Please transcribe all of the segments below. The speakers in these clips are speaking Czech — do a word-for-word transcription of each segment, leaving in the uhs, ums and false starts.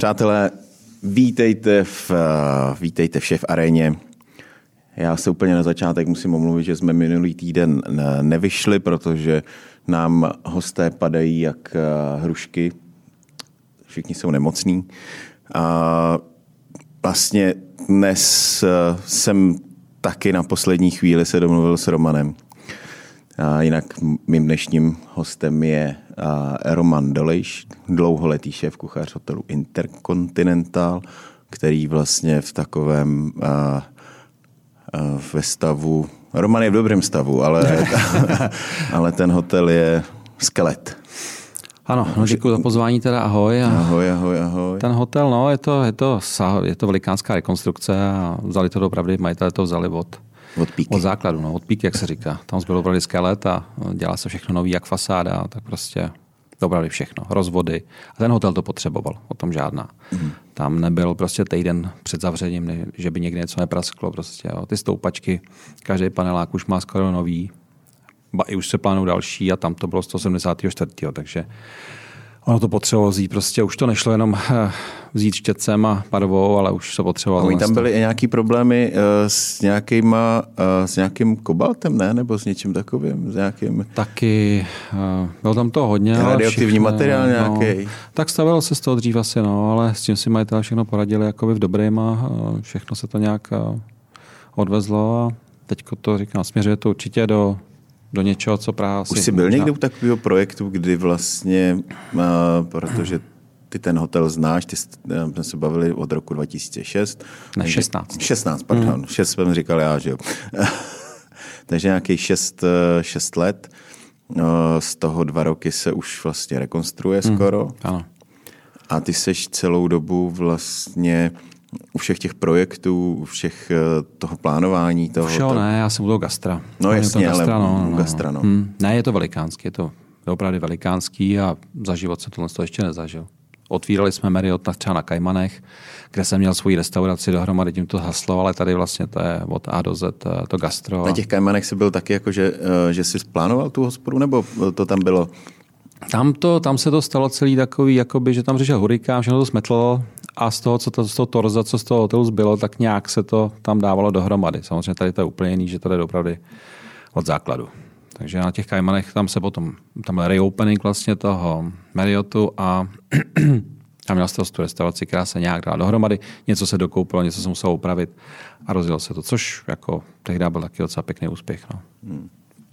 Přátelé, vítejte v, vítejte v Šéf aréně. Já se úplně na začátek musím omluvit, že jsme minulý týden nevyšli, protože nám hosté padají jak hrušky. Všichni jsou nemocní. A vlastně dnes jsem taky na poslední chvíli se domluvil s Romanem. A jinak mým dnešním hostem je Roman Dolejš, dlouholetý šéf kuchař hotelu Intercontinental, který vlastně v takovém a, a, ve stavu, Roman je v dobrém stavu, ale, ale ten hotel je skelet. Ano, no děkuji za pozvání, teda ahoj. A ahoj, ahoj, ahoj. Ten hotel, no, je to, je to, je to velikánská rekonstrukce a vzali to dopravdy, majitelé to vzali od, od, píky. od základu, no, od píky, jak se říká. Tam zbylo opravdu skelet a dělá se všechno nový, jak fasáda, tak prostě opravdu všechno, rozvody. A ten hotel to potřeboval, o tom žádná. Mm. Tam nebyl prostě týden před zavřením, že by někde něco neprasklo. Prostě, jo. Ty stoupačky, každý panelák už má skoro nový, ba i už se plánují další a tam to bylo sto sedmdesát čtyři. Takže ono to potřebovalo vzít. Prostě už to nešlo jenom vzít štětcem a barvou, ale už se potřebovalo. Oni tam byly i nějaký problémy uh, s, nějakýma, uh, s nějakým kobaltem, ne? Nebo s něčím takovým? S nějakým... Taky uh, bylo tam toho hodně. Radioaktivní všechno, materiál nějaký. No, tak stavilo se z toho dřív asi, no, ale s tím si majitelé všechno poradili jakoby v dobrým a uh, všechno se to nějak uh, odvezlo a teďko to říkám, směřuje to určitě do do něčeho, co Praha... Už jsi byl možná... někdy u takového projektu, kdy vlastně, uh, protože ty ten hotel znáš, ty jsme se bavili od roku dva tisíce šest. Ne, šestnáct. šestnáct, pardon. Mm. šest jsem říkal já, že jo. Takže nějakých šest, šest let. Uh, z toho dva roky se už vlastně rekonstruuje mm. skoro. Ano. A ty seš celou dobu vlastně... u všech těch projektů, u všech toho plánování. Toho, Všeho to... ne, já jsem u toho gastra. No jasně, gastra, ale no, no, gastra, no. Hmm, ne, je to velikánský, je to opravdu velikánský a za život jsem tohle ještě nezažil. Otvírali jsme Marriott třeba na Kajmanech, kde jsem měl svoji restauraci dohromady, tím to haslo, ale tady vlastně to je od A do Z to gastro. Na těch Kajmanech jsi byl taky jako, že, že jsi plánoval tu hospodu, nebo to tam bylo? Tam, to, tam se to stalo celý takový, jakoby, že tam přišel hurikán, všechno to smetlo a z toho, co to, z toho torza, co z toho hotelu zbylo, tak nějak se to tam dávalo dohromady. Samozřejmě tady to je úplně jiný, že to jde opravdu od základu. Takže na těch Kajmanech tam se potom, tam byl reopening vlastně toho Marriottu a tam měl jste tu restauraci, která se nějak dala dohromady, něco se dokoupilo, něco se muselo upravit a rozjelo se to, což jako tehdy byl taky docela pěkný úspěch. No. Hmm.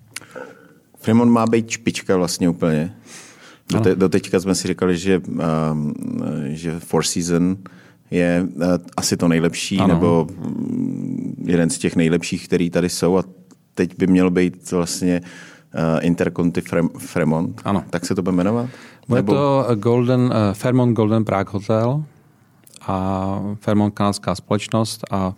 Fremont má být špička vlastně úplně. Dote, doteďka jsme si říkali, že, um, že Four Seasons je uh, asi to nejlepší, ano. nebo um, jeden z těch nejlepších, který tady jsou a teď by měl být vlastně uh, Interconti Fremont. Ano. Tak se to bude jmenovat? Bude nebo... to Golden, uh, Fairmont Golden Prague Hotel a Fairmont kanadská společnost a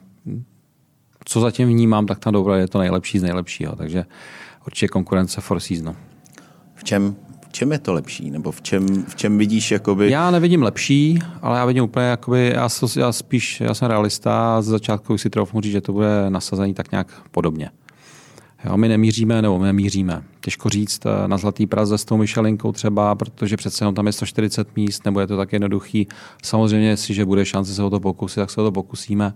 co zatím vnímám, tak tam dobro je to nejlepší z nejlepšího, takže určitě konkurence Four Seasons. V čem, v čem je to lepší? Nebo v čem, v čem vidíš jakoby... Já nevidím lepší, ale já vidím úplně jakoby, já, já spíš, já jsem realista a z začátku si troufnu říct, že to bude nasazení tak nějak podobně. Jo, my nemíříme, nebo my nemíříme. Těžko říct na Zlatý Praze s tou Michelinkou třeba, protože přece jenom tam je sto čtyřicet míst, nebo je to tak jednoduchý. Samozřejmě, jestliže bude šance se o to pokusit, tak se o to pokusíme.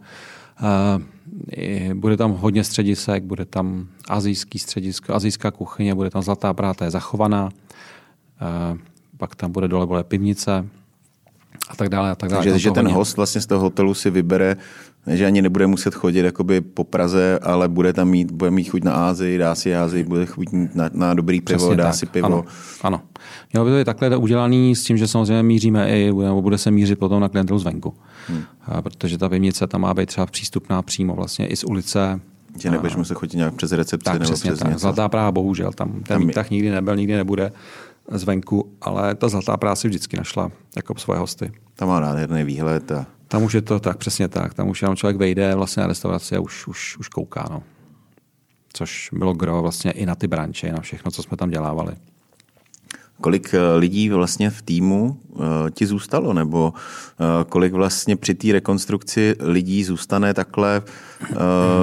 Uh, bude tam hodně středisek, bude tam asijský středisko, asijská kuchyně, bude tam Zlatá Praha, ta je zachovaná, uh, pak tam bude dole bude pivnice a tak dále. A tak dále. Takže že ten host vlastně z toho hotelu si vybere, že ani nebude muset chodit jakoby po Praze, ale bude tam mít, bude mít chuť na Asii, dá si Asii, bude chuť na, na dobrý pivo, přesně dá tak. si pivo. Ano, ano. Mělo by to být takhle udělaný s tím, že samozřejmě míříme i, nebo bude se mířit potom na klientelu zvenku. Hmm. A protože ta pivnice tam má být třeba přístupná přímo vlastně i z ulice. Že nebudeš muset chodit nějak přes recepci tak, nebo přes tak. něco. Zlatá Praha bohužel, tam ten tam výtah nikdy nebyl, nikdy nebude zvenku, ale ta Zlatá Praha si vždycky našla jako svoje hosty. Tam má nádherný výhled. A... Tam už je to tak, přesně tak. Tam už jenom člověk vejde vlastně na restauraci a už, už, už kouká. No. Což bylo gro vlastně i na ty branče, na všechno, co jsme tam dělávali. Kolik lidí vlastně v týmu uh, ti zůstalo? Nebo uh, kolik vlastně při té rekonstrukci lidí zůstane takhle uh,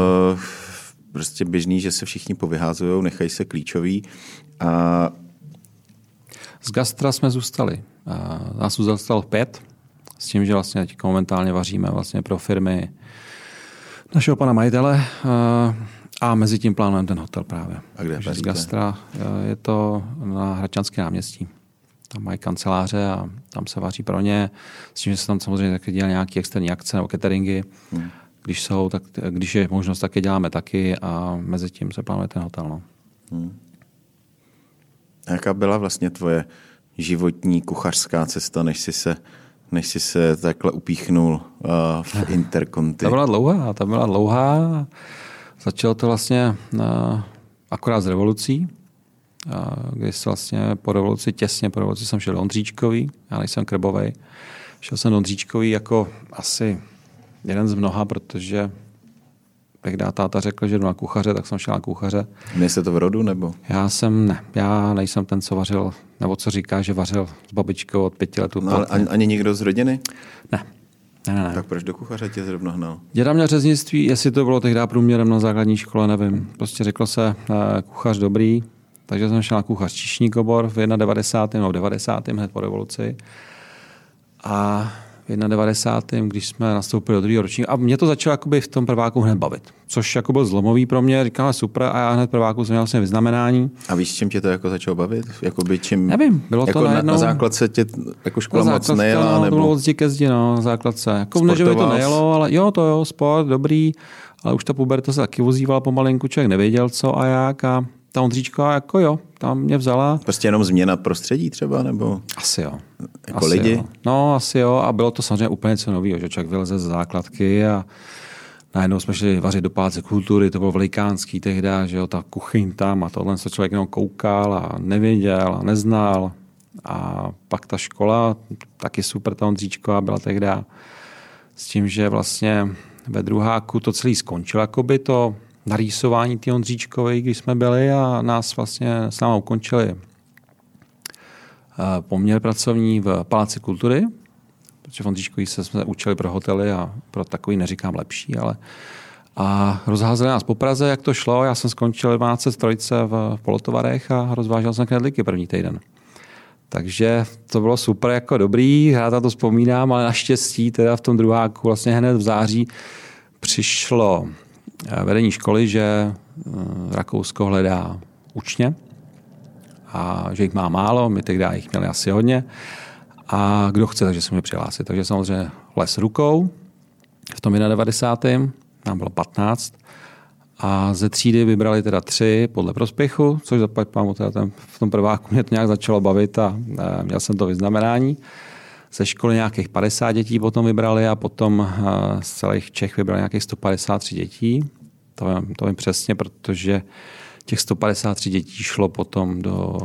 prostě běžný, že se všichni povyházujou, nechají se klíčoví? Uh... Z gastra jsme zůstali. Uh, nás zůstalo pět. s tím, že vlastně teď momentálně vaříme vlastně pro firmy našeho pana majitele a mezi tím plánujeme ten hotel právě. A kde z gastra je to na Hradčanské náměstí. Tam mají kanceláře a tam se vaří pro ně. S tím, že se tam samozřejmě taky dělají nějaké externí akce nebo cateringy. Hmm. Když jsou, tak když je možnost, tak je děláme taky a mezi tím se plánuje ten hotel. No. Hmm. A jaká byla vlastně tvoje životní kuchařská cesta, než jsi se, než jsi se takhle upíchnul uh, v Interconti? Ta byla dlouhá, ta byla dlouhá. Začalo to vlastně uh, akorát s revolucí, uh, kdy se vlastně po revoluci, těsně po revoluci jsem šel do Ondříčkový, já nejsem krbovej. Šel jsem do Ondříčkový jako asi jeden z mnoha, protože jak dá táta řekl, že jdu na kuchaře, tak jsem šel na kuchaře. Měl jste to v rodu, nebo? Já jsem, ne, já nejsem ten, co vařil, nebo co říká, že vařil s babičkou od pěti letů. No, ale ani, ani nikdo z rodiny? Ne. Ne, ne, ne. Tak proč do kuchaře tě zrovna hnal? Děda měl řeznictví, jestli to bylo tehdy průměrem na základní škole, nevím. Prostě řeklo se kuchař dobrý, takže jsem šel na kuchař číšník obor v devadesátém nebo v devadesátém hned po revoluci. A v devadesátém prvním když jsme nastoupili do druhého ročníku. A mě to začalo jakoby v tom prváku hned bavit. Což jako byl zlomový pro mě, říkám, super, a já hned prváku jsem měl vlastně vyznamenání. A víš, čím tě to jako začalo bavit? Jakoby čím, Nevím, bylo jako to na, najednou... na základce tě jako škola moc nejela? No, nebo... to bylo od zdi ke zdi, no, základce. Jako ne, že by to nejelo, ale jo, to jo, sport, dobrý, ale už ta puberta se taky vozívala pomalinku, člověk nevěděl co a jak a ta Ondříčka jako jo, tam mě vzala. Prostě jenom změna prostředí třeba, nebo? Asi jo. Jako asi lidi? Jo. No, asi jo. A bylo to samozřejmě úplně něco nového, že člověk vyleze z základky a najednou jsme šli vařit do Paláce kultury, to bylo velikánský tehdy, že jo, ta kuchyň tam a tohle se člověk jenom koukal a nevěděl a neznal. A pak ta škola, taky super ta Ondříčková byla tehdy, s tím, že vlastně ve druháku to celý skončilo, jakoby to narýsování té Ondříčkové, když jsme byli a nás vlastně s námi ukončili poměr pracovní v Paláci kultury, protože v Ondříčkový se jsme učili pro hotely a pro takový neříkám lepší, ale a rozházeli nás po Praze, jak to šlo. Já jsem skončil dvanáct tři v Polotovarech a rozvážel jsem knedlíky první týden. Takže to bylo super, jako dobrý, já na to vzpomínám, ale naštěstí teda v tom druháku vlastně hned v září přišlo vedení školy, že Rakousko hledá učně a že jich má málo, my tehdy jich měli asi hodně a kdo chce, takže se mě přihlásit. Takže samozřejmě les rukou. V tom devadesátém nám bylo patnáct a ze třídy vybrali teda tři podle prospěchu, což zaplať pámu teda ten, v tom prváku mě to nějak začalo bavit a měl jsem to vyznamenání. Ze školy nějakých padesát dětí potom vybrali a potom z celých Čech vybrali nějakých sto padesát tři dětí. To vím, to vím přesně, protože těch sto padesát tři dětí šlo potom do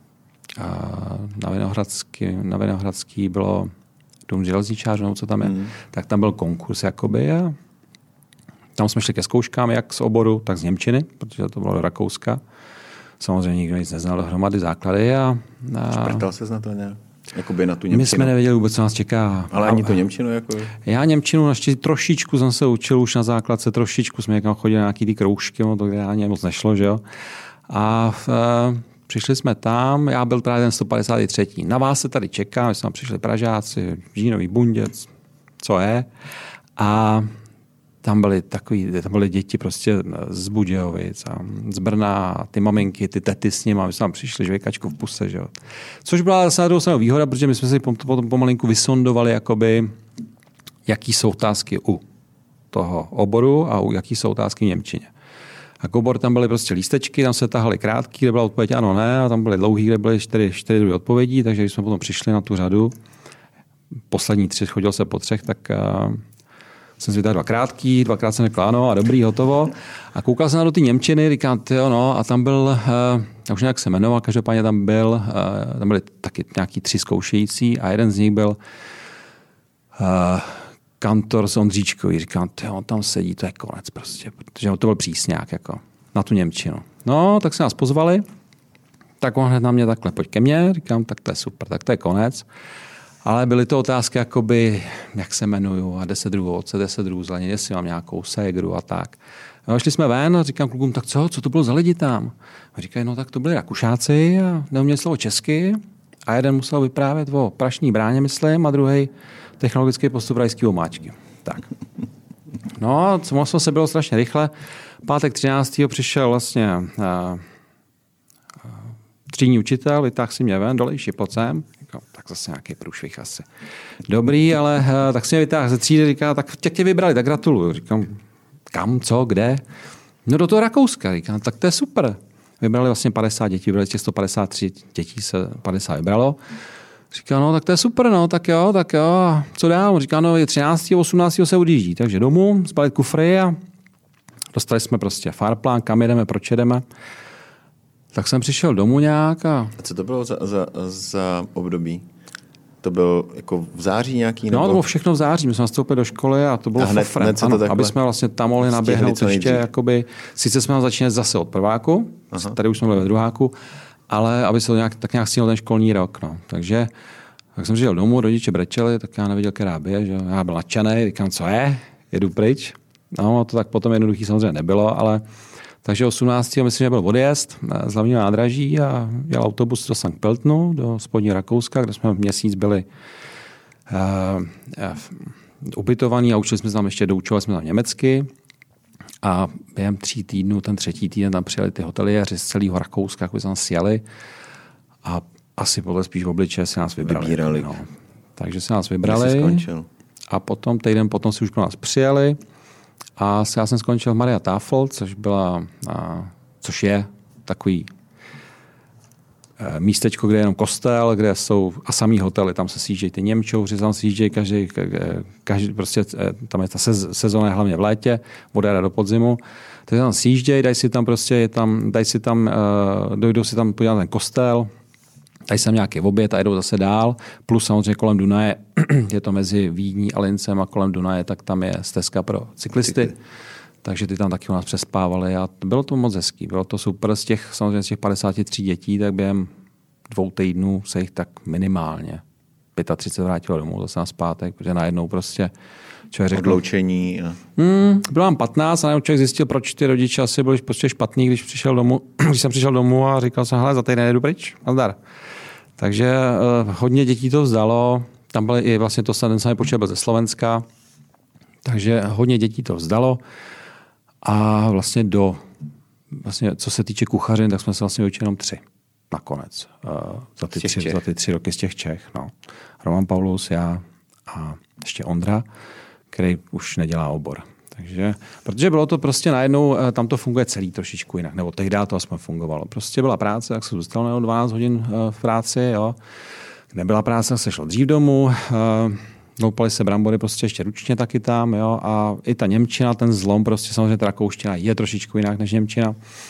na Vinohradský, na Vinohradský bylo dům železničářů, nebo co tam je, mm. tak tam byl konkurs jakoby a tam jsme šli ke zkouškám, jak z oboru, tak z němčiny, protože to bylo do Rakouska. Samozřejmě nikdo nic neznal dohromady základy a... a... Šprtal ses na to nějak? Jakoby na tu němčinu. My jsme nevěděli vůbec, co nás čeká. Ale ani tu němčinu? Jako... Já němčinu naštěstí trošičku jsem se učil už na základce, trošičku jsme někam chodili na nějaký ty kroužky, no to reálně moc nešlo, že jo. A e, přišli jsme tam, já byl právě ten sto padesát tři. Na vás se tady čeká, my jsme přišli Pražáci, Žínový Bunděc, co je. A tam byly takový, tam byly děti prostě z Budějovic a z Brna, ty maminky, ty tety s nimi, my jsme tam přišli, žvěkačku v puse, že jo. Což byla zase na druhou stranu výhoda, protože my jsme si potom pomalinku vysondovali, jakoby, jaký jsou otázky u toho oboru a u jaký jsou otázky v němčině. A k obor tam byly prostě lístečky, tam se tahaly krátký, kde byla odpověď ano, ne, a tam byly dlouhý, kde byly čtyři, čtyři druhy odpovědí, takže když jsme potom přišli na tu řadu, poslední tři, chodil se po třech, tak jsem si vytáhl dva krátký, dvakrát jsem řekl ano a dobrý, hotovo. A koukal jsem na do ty němčiny, říkám, tyjo, no, a tam byl, já už nějak se jmenoval, každopádně tam byl, tam byly taky nějaký tři zkoušející a jeden z nich byl uh, kantor z Ondříčkový. Říkám, tyjo, on tam sedí, to je konec prostě, protože to byl přísňák jako na tu němčinu. No, tak se nás pozvali, tak on hned na mě takhle, pojď ke mně, říkám, tak to je super, tak to je konec. Ale byly to otázky, jakoby, jak se jmenuju a deset druhů oce, deset druhů zeleně, jestli mám nějakou ségru a tak. No, šli jsme ven a říkám klukům, tak co, co to bylo za lidi tam? A říkají, no tak to byli Rakušáci a neuměli slovo česky A jeden musel vyprávět o prašní bráně, myslím, a druhý technologický postup rajský omáčky. Tak. No, co jsme se bylo strašně rychle. Pátek třináctého přišel vlastně uh, uh, třídní učitel, vytáhl si mě ven, dolejší pocem. Tak zase nějaký průšvih asi. Dobrý, ale uh, tak si mě vytáhl ze třídy, říká, tak tě, tě vybrali, tak gratuluju. Říkám, kam, co, kde? No do toho Rakouska. Říkám, tak to je super. Vybrali vlastně padesát dětí, vybrali těch sto padesát tři dětí se padesát vybralo. Říká, no tak to je super, no tak jo, tak jo. Co dál? Říká, no je třináctého osmnáctého se odjíždí, takže domů, zbalit kufry a dostali jsme prostě farplán, kam jedeme, proč jedeme. Tak jsem přišel domů nějak a... A co to bylo za, za, za období? To bylo jako v září nějaký? Nebo... No, to bylo všechno v září. My jsme nastoupili do školy a to bylo hned, fofrem. hned Ano, to aby jsme vlastně tam mohli naběhnout ještě, jakoby, sice jsme začínali zase od prváku, aha. Tady už jsme byli ve druháku, ale aby se to nějak, tak nějak stínil ten školní rok. No. Takže tak jsem přišel domů, rodiče brečeli, tak já nevěděl, která je, že já byl nadšený, říkám, co je, jedu pryč. No, to tak potom jednoduchý samozřejmě nebylo, ale takže osmnáctého myslím, že byl odjezd z hlavního nádraží a jel autobus do Sankt Pöltenu, do spodního Rakouska, kde jsme měsíc byli uh, uh, ubytovaní a učili jsme tam ještě, doučovali jsme tam německy. A během tří týdnů, ten třetí týden tam přijeli ty hoteliéři z celého Rakouska, jako jsme tam sjeli a asi podle spíš v obličeje se nás vybrali. Vybírali. No. Takže se nás vybrali a potom týden potom si už pro nás přijeli a já jsem skončil v Maria Tafel, což byla, a, což je takový e, místečko, kde je jenom kostel, kde jsou a samý hotely, tam se sjíždějí ty Němčouři, tam se sjíždějí každý, každý prostě, tam je ta sezóna hlavně v létě, od jara do podzimu, takže tam sjíždějí, dají si tam prostě, je tam, dají si tam, e, dojdou si tam podívat ten kostel, dají sem nějaký oběd a jdou zase dál, plus samozřejmě kolem Dunaje, je to mezi Vídní a Lincem a kolem Dunaje, tak tam je stezka pro cyklisty. Cykli. Takže ty tam taky u nás přespávali a bylo to moc hezký. Bylo to super z těch, samozřejmě z těch padesáti tří dětí, tak během dvou týdnů se jich tak minimálně třicet pět vrátilo domů zase na zpátek, protože najednou prostě člověk řekl... Odloučení. A... Hmm, bylo nám patnáct a najednou člověk zjistil, proč ty rodiče asi byli prostě špatný, když přišel domů, když jsem přišel domů a říkal jsem, hele, za týden nejdu pryč, nazdar. Takže uh, hodně dětí to vzdalo, tam byly i vlastně to ten samý počet byl ze Slovenska, takže hodně dětí to vzdalo a vlastně do, vlastně, co se týče kuchařin, tak jsme se vlastně učili jenom tři nakonec. Uh, za, ty tři, za ty tři roky z těch Čech. No. Roman Paulus, já a ještě Ondra, který už nedělá obor. Takže, protože bylo to prostě najednou, tam to funguje celý trošičku jinak, nebo tehdy to aspoň fungovalo. Prostě byla práce, tak se zůstal na dvanáct hodin v práci, jo. Nebyla práce, tak se šlo dřív domů, loupaly se brambory prostě ještě ručně taky tam, jo. A i ta němčina, ten zlom, prostě samozřejmě ta rakouština je trošičku jinak než němčina.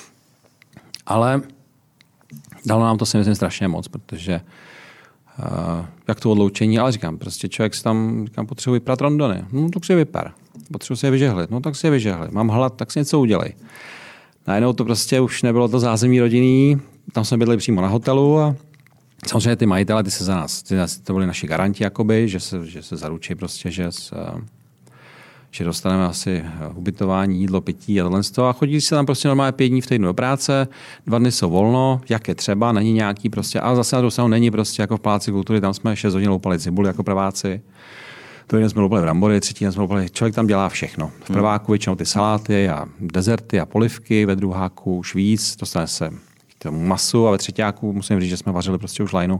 Ale dalo nám to si myslím strašně moc, protože uh, jak to odloučení, ale říkám, prostě člověk si tam říkám, potřebuje vyprat rondony. No tak si je vyper. Potřebuji si je vyžehlit. No tak si je vyžehlit. Mám hlad, tak si něco udělej. Najednou to prostě už nebylo to zázemí rodinný. Tam jsme bydli přímo na hotelu a samozřejmě ty majitele, ty se za nás, ty, to byli naši garanti, jakoby, že se, že se zaručí prostě, že, se, že dostaneme asi ubytování, jídlo, pití a tohle. A chodí se tam prostě normálně pět dní v týdnu do práce, dva dny jsou volno, jak je třeba, není nějaký prostě, a zase na druhou stranu není prostě jako v Paláci kultury, tam jsme šest hodin loupali cibuli jako prváci. To jsme loupali brambory, třetí jsme loupali, člověk tam dělá všechno. V prváku většinou ty saláty a dezerty a polivky, ve druháku už víc, dostane se k tomu masu a ve třetíku musím říct, že jsme vařili prostě už lajnu.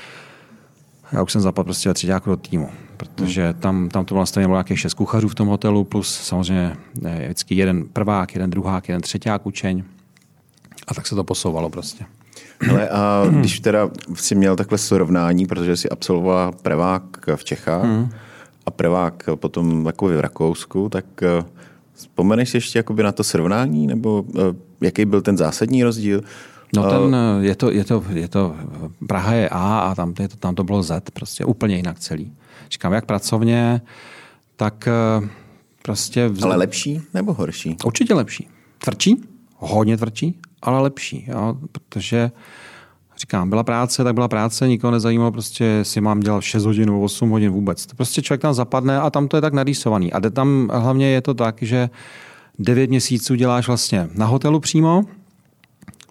Já už jsem zapadl prostě ve třetíku do týmu, protože tam, tam to bylo nastaveno nějakých šest kuchařů v tom hotelu, plus samozřejmě vždycky jeden prvák, jeden druhák, jeden třetíák učeň. A tak se to posouvalo prostě. Ale a když teda jsi měl takhle srovnání, protože jsi absolvoval prvák v Čechách, hmm. a prvák potom jako v Rakousku, tak vzpomeneš si ještě jakoby na to srovnání, nebo jaký byl ten zásadní rozdíl? No ten, je to, je to, je to, Praha je A a tam, je to, tam to bylo Z, prostě úplně jinak celý. Říkám, jak pracovně, tak prostě... Vz... Ale lepší nebo horší? Určitě lepší. Tvrdší, hodně tvrdší, ale lepší, jo, protože říkám, byla práce, tak byla práce, nikoho nezajímalo prostě, jestli mám dělat šest hodin nebo osm hodin vůbec. To prostě člověk tam zapadne a tam to je tak narýsovaný. A tam hlavně je to tak, že devět měsíců děláš vlastně na hotelu přímo,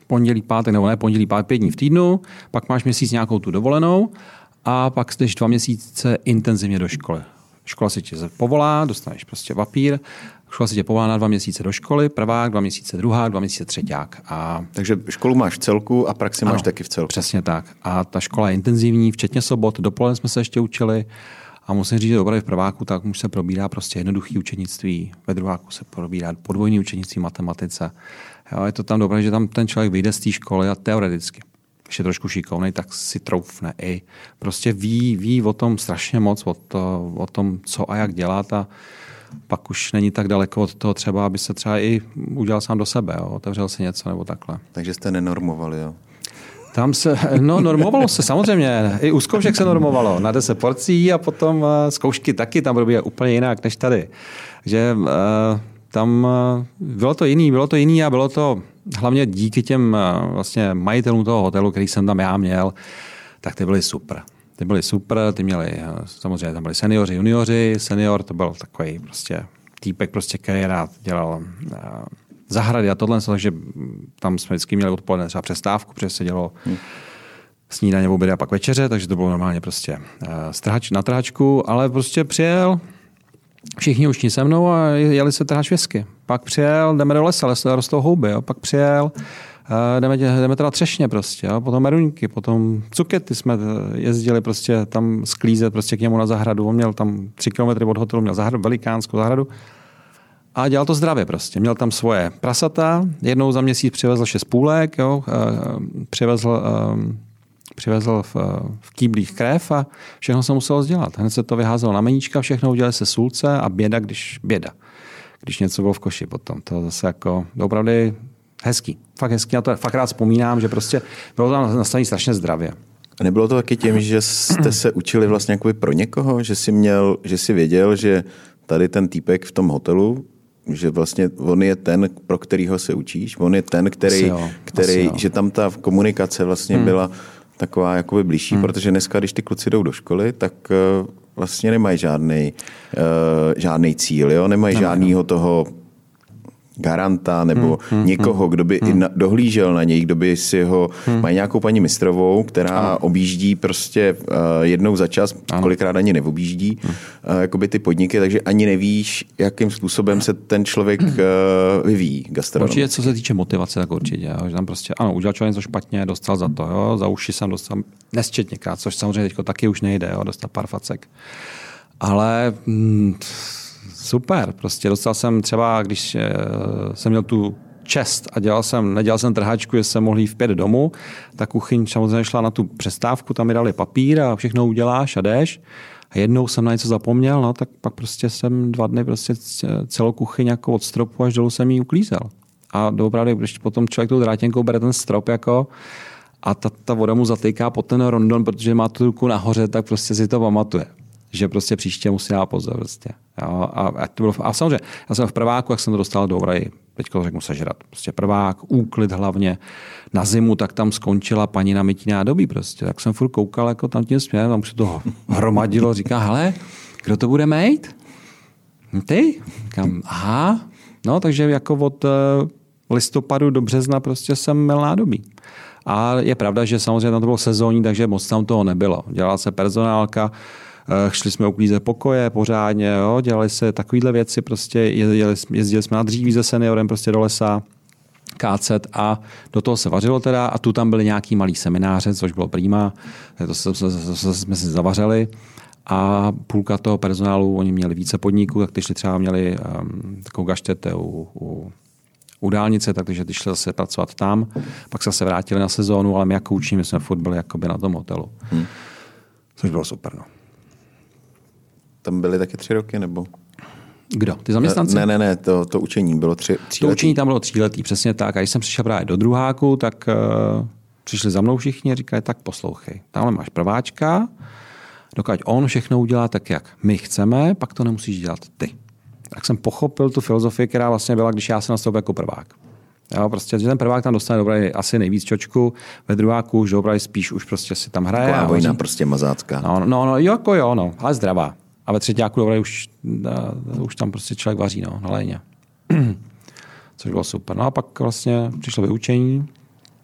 pondělí, pátek, nebo ne, pondělí, pátek, pět dní v týdnu, pak máš měsíc nějakou tu dovolenou a pak jdeš dva měsíce intenzivně do školy. Škola si tě povolá, dostaneš prostě papír, škola si tě povolá na dva měsíce do školy, prvák, dva měsíce druhák, dva měsíce třeťák. A... Takže školu máš v celku a praxi máš ano, taky v celku. Přesně tak. A ta škola je intenzivní, včetně sobot, dopoledne jsme se ještě učili a musím říct, že opravdu v prváku tak už se probírá prostě jednoduché učenictví, ve druháku se probírá podvojné učenictví matematice. Jo, je to tam dobré, že tam ten člověk vyjde z té školy a teoreticky, když je trošku šikovnej, tak si troufne i. Prostě ví, ví o tom strašně moc, o, to, o tom, co a jak dělat a pak už není tak daleko od toho třeba, aby se třeba i udělal sám do sebe, jo, otevřel si něco nebo takhle. Takže jste nenormovali, jo? Tam se, no normovalo se samozřejmě, i u zkoušek se normovalo, na deset porcí a potom uh, zkoušky taky tam probíhají úplně jinak než tady. Že uh, tam uh, bylo to jiný, bylo to jiný a bylo to hlavně díky těm uh, vlastně majitelům toho hotelu, který jsem tam já měl, tak ty byly super. Ty byly super, ty měli, samozřejmě tam byli seniori, junioři, senior to byl takový prostě týpek, prostě, který rád dělal uh, zahrady a tohle, takže tam jsme vždycky měli odpoledne třeba přestávku, protože se dělo hmm. snídaně, obědy a pak večeře, takže to bylo normálně prostě uh, strhač, na trhačku, ale prostě přijel, všichni uční se mnou a jeli se trhač věsky. Pak přijel, jdeme do lesa, les rostou houby, jo. Pak přijel, uh, jdeme, jdeme teda třešně prostě, jo. Potom meruňky, potom cukety jsme jezdili prostě tam sklízet prostě k němu na zahradu. On měl tam tři kilometry od hotelu, měl zahradu, velikánskou zahradu. A dělal to zdravě prostě. Měl tam svoje prasata, jednou za měsíc přivezl šest půlek, jo, přivezl, přivezl v, v kýblích krev a všechno se muselo dělat. Hned se to vyházelo na meníčka, všechno udělali se sůlce a běda, když běda. Když něco bylo v koši potom. To zase jako opravdu hezký. Fakt hezký. Já to fakt rád vzpomínám, že prostě bylo tam nastavené strašně zdravě. A nebylo to taky tím, že jste se učili vlastně jakoby pro někoho? Že jsi měl, že jsi věděl, že tady ten týpek v tom hotelu, že vlastně on je ten, pro kterýho se učíš, on je ten, který, jo, který že tam ta komunikace vlastně hmm. byla taková jakoby blížší, hmm. protože dneska, když ty kluci jdou do školy, tak uh, vlastně nemají žádnej, uh, žádnej cíl, jo? Nemají Nemaj, žádnýho no. toho garanta nebo hmm, někoho, kdo by hmm. i na, dohlížel na něj, kdo by si ho, hmm. mají nějakou paní mistrovou, která ano. objíždí prostě uh, jednou za čas, ano. kolikrát ani neobjíždí, hmm. uh, jakoby ty podniky, takže ani nevíš, jakým způsobem se ten člověk uh, vyvíjí gastronom. Určitě, co se týče motivace, tak určitě. Jo, že tam prostě, ano, udělal člověk něco špatně, dostal za to, jo, za uši jsem dostal nesčetněkrát, což samozřejmě teďko taky už nejde, jo, dostal pár facek. Ale mm, super, prostě dostal jsem třeba, když jsem měl tu čest a dělal jsem, nedělal jsem trhačku, že jsem mohl jít v pět domů, tak kuchyň samozřejmě šla na tu přestávku, tam mi dali papír a všechno uděláš a jdeš. A jednou jsem na něco zapomněl, no, tak pak prostě jsem dva dny prostě celou kuchyň jako od stropu až dolů jsem ji uklízel. A doopravdy, když potom člověk tou drátěnkou bere ten strop jako a ta, ta voda mu zatýká pod ten rondon, protože má tu ruku nahoře, tak prostě si to pamatuje. Že prostě příště musí dát pozor. Prostě. Jo, a, a, to bylo, a samozřejmě, já jsem v prváku, jak jsem to dostal do Vraji, teďko řeknu sežrat. Prostě prvák, úklid hlavně. Na zimu, tak tam skončila paní na mytí nádobí prostě. Tak jsem furt koukal jako tam tím směrem, tam se to hromadilo. Říká, hele, kdo to bude mít? Ty? Říkám, aha. No, takže jako od listopadu do března prostě jsem měl nádobí. A je pravda, že samozřejmě tam to bylo sezónní, takže moc tam toho nebylo. Dělala se personálka, šli jsme uklízet pokoje pořádně, jo, dělali se takovýhle věci, prostě jezdili, jezdili jsme na dříví se seniorem prostě do lesa, kácet a do toho se vařilo teda a tu tam byly nějaký malý semináře, což bylo prima, to jsme si zavařili a půlka toho personálu, oni měli více podniků, tak ty šli třeba měli um, takovou gaštete u, u u dálnice, takže ty šli zase pracovat tam, pak se zase vrátili na sezónu, ale my jako učení jsme furt byli jakoby na tom hotelu. Hmm. Což bylo super, no. Tam byly taky tři roky, nebo? Kdo? Ty zaměstnanci? Ne, ne, ne, to, to učení bylo tři, tříletý. To učení tam bylo tříletý, přesně tak. A když jsem přišel právě do druháku, tak uh, přišli za mnou všichni a říkali, tak poslouchej, tamhle máš prváčka, dokud on všechno udělá tak, jak my chceme, pak to nemusíš dělat ty. Tak jsem pochopil tu filozofii, která vlastně byla, když já jsem nastoupil jako prvák. Jo, prostě, že ten prvák tam dostane dobrý asi nejvíc čočku, ve druháku už dobrý spíš už prostě si tam hraje. Taková vojna prostě mazácká. No, no, no, jako jo, no, ale zdravá. A ve třetíku dobrý už, uh, už tam prostě člověk vaří, no, na léně. Což bylo super. No a pak vlastně přišlo vyučení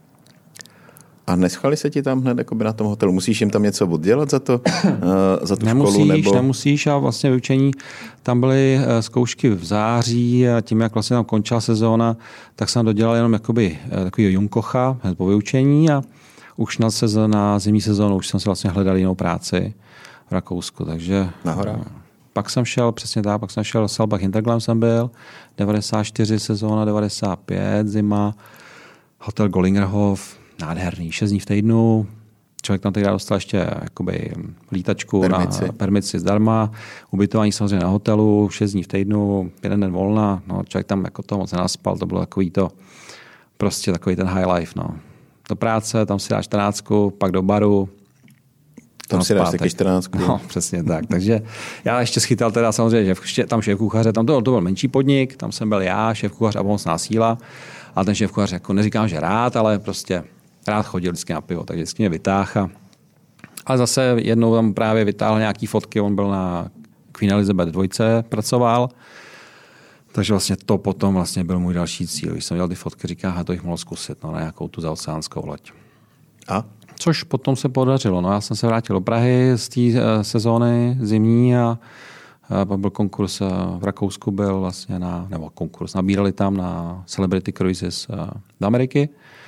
A neschali se ti tam hned jakoby na tom hotelu? Musíš jim tam něco oddělat za to, uh, za tu nemusíš, školu? Nebo... Nemusíš a vlastně vyučení, tam byly zkoušky v září a tím, jak vlastně tam končila sezóna, tak jsem dodělal jenom jakoby takový Junkocha hned po vyučení a už na, sezon, na zimní sezónu už jsem si vlastně hledal jinou práci v Rakousku, takže... Na horách. Pak jsem šel, přesně tak, pak jsem šel Selbach Interglam jsem byl, devadesát čtyři sezóna, devadesát pět zima, hotel Gollingerhof, nádherný, šest dní v týdnu. Člověk tam teda dostal ještě jakoby lítačku permici. na permici zdarma, ubytování samozřejmě na hotelu, šest dní v týdnu, jeden den volna. No, člověk tam jako to moc nenaspal, to bylo takový to, prostě takový ten high life. No. Do práce, tam si dáš čtrnáctku, pak do baru. Tam si dáš taky čtrnáctku. No, přesně tak. Takže já ještě schytal teda samozřejmě, že tam šéf kuchaře, tam to, to byl menší podnik, tam jsem byl já, šéf kuchař a pomocná síla. A ten šéf kuchař, jako neříkám, že rád, ale prostě rád chodil vždycky na pivo, takže vždycky mě vytáhl. Ale zase jednou tam právě vytáhl nějaký fotky, on byl na Queen Elizabeth dvojce, pracoval. Takže vlastně to potom vlastně byl můj další cíl. Když jsem dělal ty fotky, říká, že to jich mohl zkusit no, na nějakou tu zaoceánskou loď. A? Což potom se podařilo. No, já jsem se vrátil do Prahy z té uh, sezóny zimní a pak byl konkurs v Rakousku, byl vlastně na, nebo konkurs, nabírali tam na Celebrity Cruises do Ameriky.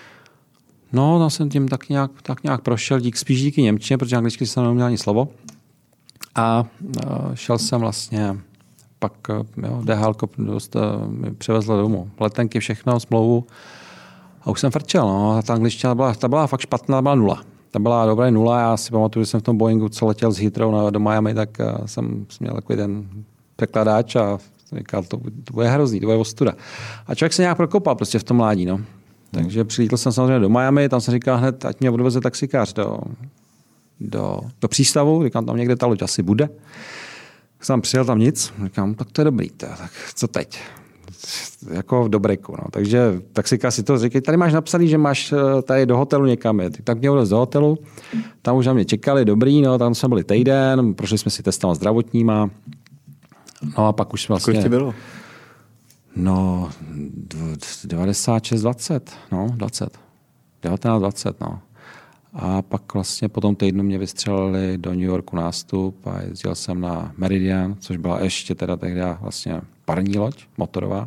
No, tam jsem tím tak nějak, tak nějak prošel, dík, spíš díky němčině, protože anglicky jsem neuměl ani slovo. A šel jsem vlastně, pak jo, D H L dost mi přivezl domů letenky, všechno, smlouvu. A už jsem frčel, no, a ta angličtina byla, ta byla fakt špatná, ta byla nula. Ta byla dobrá nula, já si pamatuju, že jsem v tom Boeingu, co letěl z Heathrow do Miami, tak jsem měl takový ten překladáč a říkal, to, to bude hrozný, to bude ostuda. A člověk se nějak prokopal prostě v tom mládí, no. Takže přilítl jsem samozřejmě do Miami, tam jsem říkal hned, ať mě odveze taxikář do, do, do přístavu, říkám, tam někde ta loď asi bude. Tak jsem přijel tam nic, říkám, tak to je dobrý, to, tak co teď? Jako v Dobreku. No. Takže taxikář si to říká, tady máš napsaný, že máš tady do hotelu někam jet. Tak mě odvez do hotelu, tam už na mě čekali, dobrý, no, tam jsme byli týden, prošli jsme si testama zdravotníma. No a pak už jsme vlastně... Kolik ti bylo? No, devadesát šest dvacet, no, dvacet. devatenáct dvacet, no. A pak vlastně po tom týdnu mě vystřelili do New Yorku nástup a jezdil jsem na Meridian, což byla ještě teda tehdy vlastně parní loď, motorová,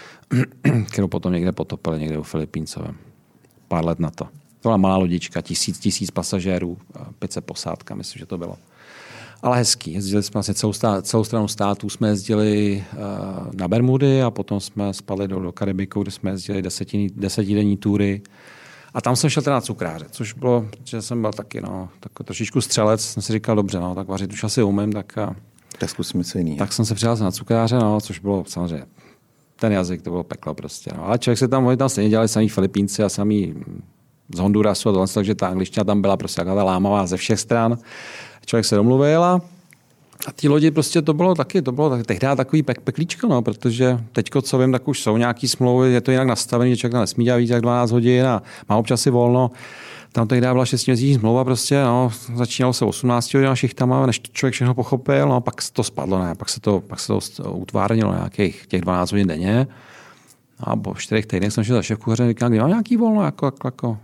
kterou potom někde potopili, někde u Filipíncovém. Pár let na to. To byla malá lodička, tisíc, tisíc pasažérů, pět set posádka, myslím, že to bylo. Ale hezký. Jezdili jsme vlastně celou, stát, celou stranu států, jsme jezdili uh, na Bermudy a potom jsme spadli do, do Karibiku, kde jsme jezdili desetidenní túry. A tam jsem šel teda na cukráře, což bylo, že jsem byl taky no, tak trošičku střelec, jsem si říkal, dobře, no, tak vařit už asi umím, tak... A, tak zkusím něco jiný. Tak jsem se přihlásil na cukráře, no, což bylo samozřejmě, ten jazyk, to bylo peklo prostě. No. Ale člověk se tam, oni tam stejně dělali samý Filipínci a samý z Hondurasu a tohle, takže ta angličtina tam byla prostě taková lámavá ze všech stran. Člověk se domluvil a A ty lodi prostě to bylo taky, to bylo tak, tehdy takový pek, peklíčko, no, protože teďko, co vím, tak už jsou nějaký smlouvy, je to jinak nastavený, že člověk tam nesmí dělat víc jak dvanáct hodin a má občas si volno. Tam tehdy byla šestiměsíční smlouva, prostě, no, začínalo se osmnáct hodin šichtama, než to člověk všechno pochopil, no, pak to spadlo, ne, pak se to, pak se to utvárnilo nějakých těch dvanáct hodin denně. A po čtyřech týdnech jsem šel za šéfkuchařem, říkám, kdy mám nějaký volno, jako, jako, jako.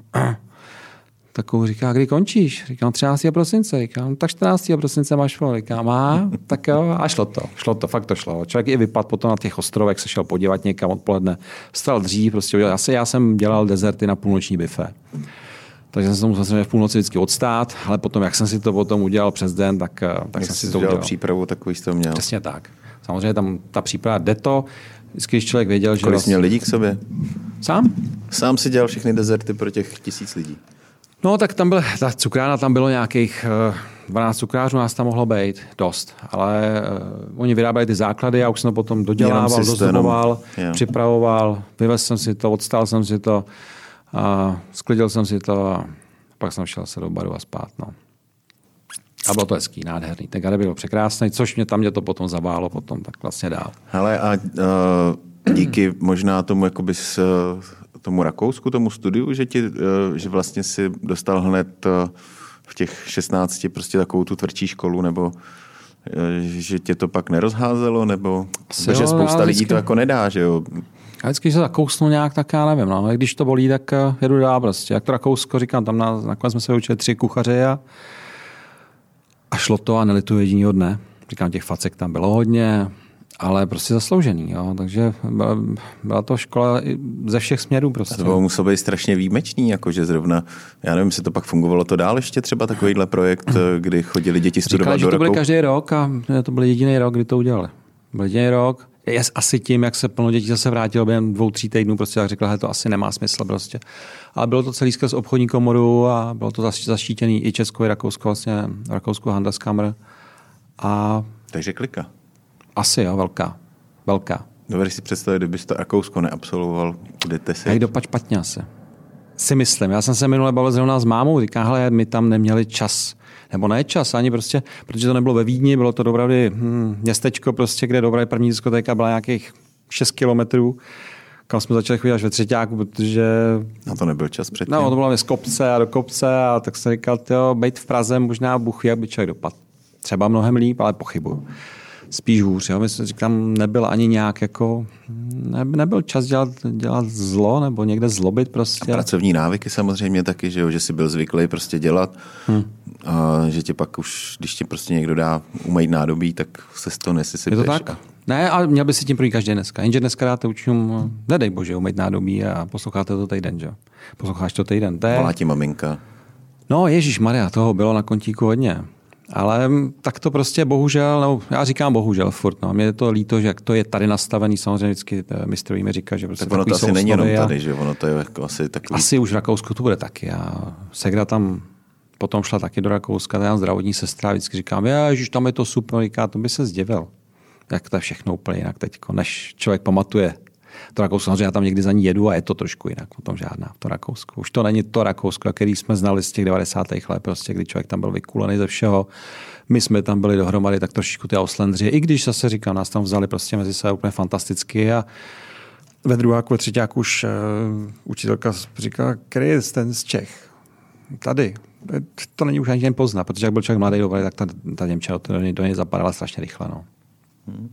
Takovou říká, kdy končíš? Říkám, třináctého prosince. Říkám, tak čtrnáctého prosince máš volno. Říkám, má, tak jo. A šlo to, šlo to, fakt to šlo. Člověk i vypadl potom na těch ostrovech, se šel podívat někam odpoledne. Vstal dřív, prostě udělal. Asi já jsem dělal dezerty na půlnoční buffet. Takže jsem se musel v půlnoci vždycky odstát, ale potom, jak jsem si to potom udělal přes den, tak, tak jsem si to udělal. Přípravu takový jsi to měl. Přesně tak. Samozřejmě tam ta příprava jde to. Vždycky, když člověk věděl, že... Kolik jsi měl lidí k sobě? Sám? Sám si dělal všechny dezerty pro těch tisíc lidí. No, tak tam byl, ta cukrárna, tam bylo nějakých dvanáct cukrářů, nás tam mohlo být dost, ale uh, oni vyráběli ty základy, já už jsem to potom dodělával, dozdoboval, připravoval, vyvezl jsem si to, odstál jsem si to, uh, sklidil jsem si to a pak jsem šel se do baru a spát. No. A bylo to hezký, nádherný. Ten Karibik byl překrásný, což mě tam mě to potom zabálo potom tak vlastně dál. Hele, a uh, díky možná tomu jakoby s, tomu Rakousku, tomu studiu, že, ti, uh, že vlastně si dostal hned uh, v těch šestnácti prostě takovou tu tvrdší školu, nebo uh, že tě to pak nerozházelo, nebo jo, že spousta lidí to jako nedá, že jo? A vždycky, když se zakousnu nějak, tak já nevím. No. Když to bolí, tak jedu dál prostě. Jak to Rakousko, říkám, tam na, nakonec jsme se učili tři kuchaře a, a šlo to a nelituji jedinýho dne. Říkám, těch facek tam bylo hodně, ale prostě zasloužený. Jo. Takže byla, byla to škola ze všech směrů. Prostě. A to muselo být strašně výjimečný, jakože zrovna, já nevím, jestli to pak fungovalo to dál ještě třeba takovýhle projekt, kdy chodili děti studovat Říkali, do Rakouska. Že to byl každý rok a to byl jediný rok, kdy to udělali. Byl jediný rok. Je asi tím, jak se plno dětí zase vrátilo během dvou, tří týdnů, prostě tak řekla, že to asi nemá smysl prostě. Ale bylo to celý skrz obchodní komoru a bylo to zaštítěný i Česko, i Rakousko, vlastně Rakouskou Handelskammer. A takže klika. Asi jo, velká. Velká. Dovedeš si představit, kdybys to Rakousko neabsolvoval, jdete si? Jak dopad špatně asi. Si myslím. Já jsem se minule bavil zrovna s mámou, říká, hele, my tam neměli čas. Nebo ne čas, ani prostě, protože to nebylo ve Vídni, bylo to dobrý hm, městečko, prostě, kde dobrá první diskotéka byla nějakých šest kilometrů, kam jsme začali chodit až ve Třeťáku, protože... A to nebyl čas předtím? No, to bylo z kopce a do kopce a tak jsem říkal, jo, být v Praze možná Bůh ví, jak by člověk dopadl. Třeba mnohem líp, ale pochybuju. Spíš hůř. Jo. Myslím, že tam nebyl ani nějak jako, ne, nebyl čas dělat, dělat zlo nebo někde zlobit prostě. A pracovní návyky samozřejmě taky, že, jo, že jsi byl zvyklý prostě dělat hmm. a že tě pak už, když ti prostě někdo dá umýt nádobí, tak se to nesysypeš. Je to tak? Ne, ale měl by si tím projít každý dneska. Jenže dneska dáte učňům, nedej bože, umýt nádobí a posloucháte to týden, že? Posloucháš to týden. To je... Volá ti maminka. No ježišmarja, toho bylo na kontíku hodně. Ale tak to prostě bohužel, no, já říkám bohužel furt, no. Mně je to líto, že jak to je tady nastavený, samozřejmě vždycky mistrový mi říká, že prostě tak ono to asi není jenom tady, že ono to je jako asi takový... Asi už v Rakousku to bude taky. A Segra tam potom šla taky do Rakouska, tam zdravotní sestra, vždycky říkám, ježiš, tam je to super, říká, to by se zdivil. Jak to je všechno úplně jinak teď, než člověk pamatuje. To Rakousko, samozřejmě já tam někdy za ní jedu a je to trošku jinak, potom žádná to Rakousko. Už to není to Rakousko, který jsme znali z těch devadesátých let, prostě, kdy člověk tam byl vykulený ze všeho. My jsme tam byli dohromady tak trošičku ty Auslendři, i když zase říkám, nás tam vzali prostě mezi sebe úplně fantasticky a ve druháku, ve třetíku už uh, učitelka říkala, Chris, ten z Čech, tady. To není už ani jen poznat, protože jak byl člověk mladý, dobrý, tak ta, ta Němčina do něj, do něj zapadala strašně rychle. No. Hmm.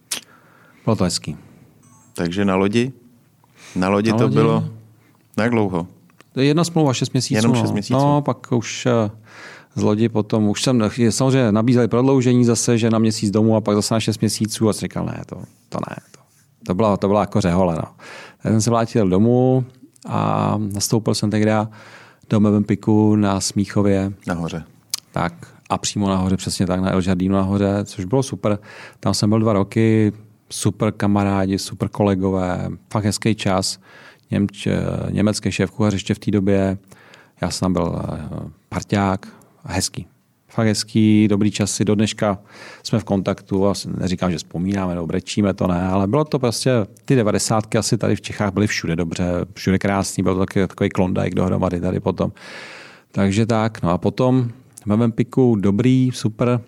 Bylo to hezký. Takže na lodi? Na lodi, na lodi to bylo jak dlouho? Jedna smlouva, šest měsíců. Jenom šest měsíců. No, pak už z lodi potom, už jsem samozřejmě nabízeli prodloužení zase, že na měsíc domů a pak zase na šest měsíců a jsem říkal, ne, to, to ne. To, to, byla, to byla jako řehole. No. Já jsem se vrátil domů a nastoupil jsem tehdy do Mövenpicku na Smíchově. Nahoře. Tak a přímo nahoře, přesně tak, na El Jardínu nahoře, což bylo super. Tam jsem byl dva roky, super kamarádi, super kolegové, fakt hezký čas. Němč, německý šéfkuchař ještě v té době. Já jsem tam byl parťák, hezký. Fakt hezký, dobrý časy. Do dneška jsme v kontaktu a neříkám, že vzpomínáme nebo brečíme, to ne, ale bylo to prostě, ty devadesátky asi tady v Čechách byly všude dobře, všude krásný, byl to takový, takový klondajk dohromady tady potom. Takže tak, no a potom v Mövenpicku dobrý, super.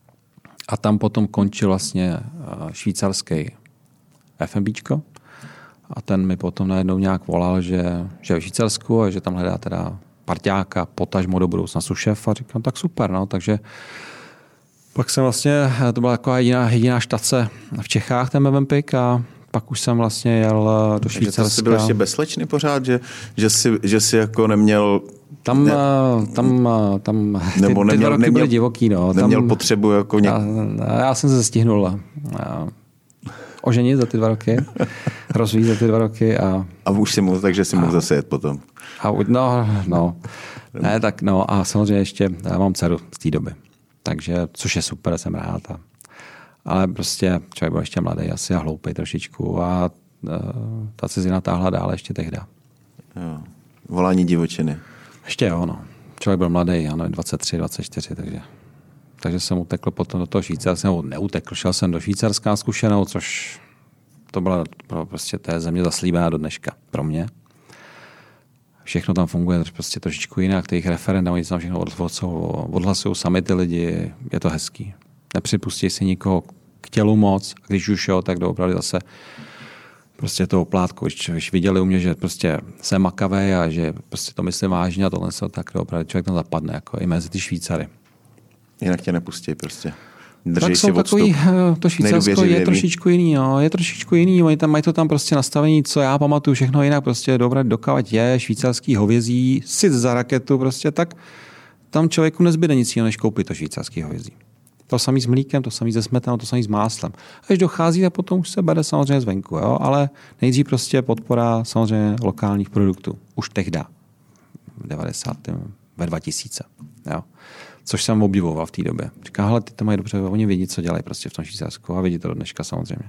A tam potom končil vlastně švýcarský FMBčko. A ten mi potom najednou nějak volal, že, že je v Švýcarsku a že tam hledá teda parťáka, potažmo do budoucna su šéf. A říkám, tak super. No. Takže pak jsem vlastně, to byla taková jediná, jediná štace v Čechách, ten Mövenpick, a pak už jsem vlastně jel do Švýcarska. Takže jsi byl ještě bezslečný pořád, že, že, jsi, že jsi jako neměl... Tam, ne, tam, tam ty, nebo neměl, ty dva roky neměl, byly divoký. No. Neměl tam, potřebu jako... Něk... Já, já jsem se stihnul oženit za ty dva roky, rozvíjet za ty dva roky. A, a už si mohl, takže si mohl zase jet potom. A, no, no. Ne, tak no a samozřejmě ještě já mám dceru z té doby. Takže, což je super, jsem rád. A, ale prostě člověk byl ještě mladý, asi a hloupej trošičku a uh, ta cizina táhla dál ještě tehdy. Jo. Volání divočiny. Ještě jo, no. Člověk byl mladý, já nevím, dvacet tři, dvacet čtyři, takže, takže jsem utekl potom do toho Švýcarska, nebo neutekl, šel jsem do Švýcarska zkušenou, což to byla prostě té země zaslíbená do dneška pro mě. Všechno tam funguje prostě trošičku jinak, těch referenda, oni tam všechno odhlasují sami ty lidi, je to hezký. Nepřipustí si nikoho k tělu moc, a když už jo, tak doopravdy zase prostě to oplátko, když, když viděli u mě, že prostě jsem makavej a že prostě to myslím vážně a tohle se, tak opravdu člověk tam zapadne, jako i mezi ty Švýcary. Jinak tě nepustí prostě. drží si odstup. Takový, to Švýcarsko je trošičku jiný, jo, je trošičku jiný, oni tam mají to tam prostě nastavení, co já pamatuju, všechno jinak, prostě dobré dokavať je, švýcarský hovězí, sit za raketu, prostě tak tam člověku nezbyde nic jiného, než koupit to švýcarský hovězí. To samý s mlíkem, to samý se smetanou, to samý s máslem. A když dochází, a potom už se bere samozřejmě zvenku, jo, ale nejdřív prostě podpora samozřejmě lokálních produktů. Už tehda, v devadesátém ve dva tisíce, jo. Což jsem obdivoval v té době. Říkám, hele, ty to mají dobře, oni vědí, co dělají prostě v tom Švýcarsku a vědí to do dneška samozřejmě.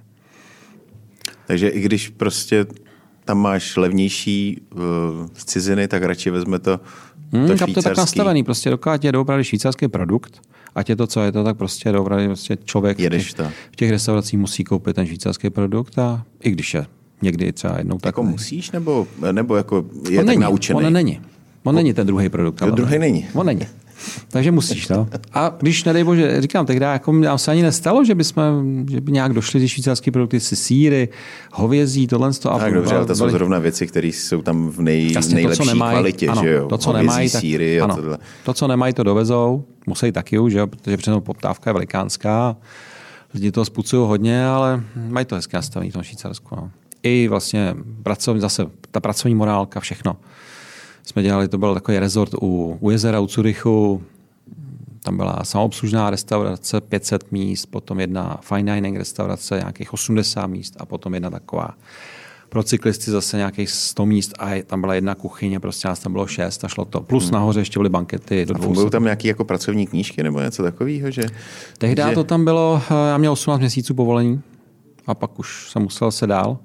Takže i když prostě tam máš levnější uh, z ciziny, tak radši vezme to, to hmm, švýcarský. To je tak nastavený, prostě dokud je doopravdy švýcarský produkt, ať je to, co je to, tak prostě doopravdy prostě člověk Jedeš to. v těch restauracích musí koupit ten švýcarský produkt a i když je někdy třeba jednou tak. Jako musíš, nebo, nebo jako je on tak není, naučený? On není. On není ten druhý produkt. To druhý není. On není. Takže musíš, no. A když, nedej bože, říkám, tehdy jako nám se ani nestalo, že by, jsme, že by nějak došli ty švýcarské produkty, si síry, hovězí, tohle. A tak dobře, ale to jsou zrovna věci, které jsou tam v nej, jasně, nejlepší to, nemají, kvalitě, ano, že jo? To, co hovězí, nemají, tak, síry a ano, tohle. To, co nemají, to dovezou, musí taky už, že jo? Protože přenou poptávka je velikánská. Lidi to spucují hodně, ale mají to hezké nastavení v tom Švýcarsku. No. I vlastně pracovní, zase ta pracovní morálka, všechno. Jsme dělali, to byl takový rezort u, u jezera, u Curychu. Tam byla samoobslužná restaurace, pět set míst, potom jedna fine dining restaurace, nějakých osmdesát míst a potom jedna taková pro cyklisty zase nějakých sto míst a tam byla jedna kuchyně, prostě nás tam bylo šest a šlo to. Plus hmm. nahoře ještě byly bankety do dvou. Byly tam nějaké jako pracovní knížky nebo něco takového? Že... Tehdy že... to tam bylo, já měl osmnáct měsíců povolení a pak už jsem musel se dál.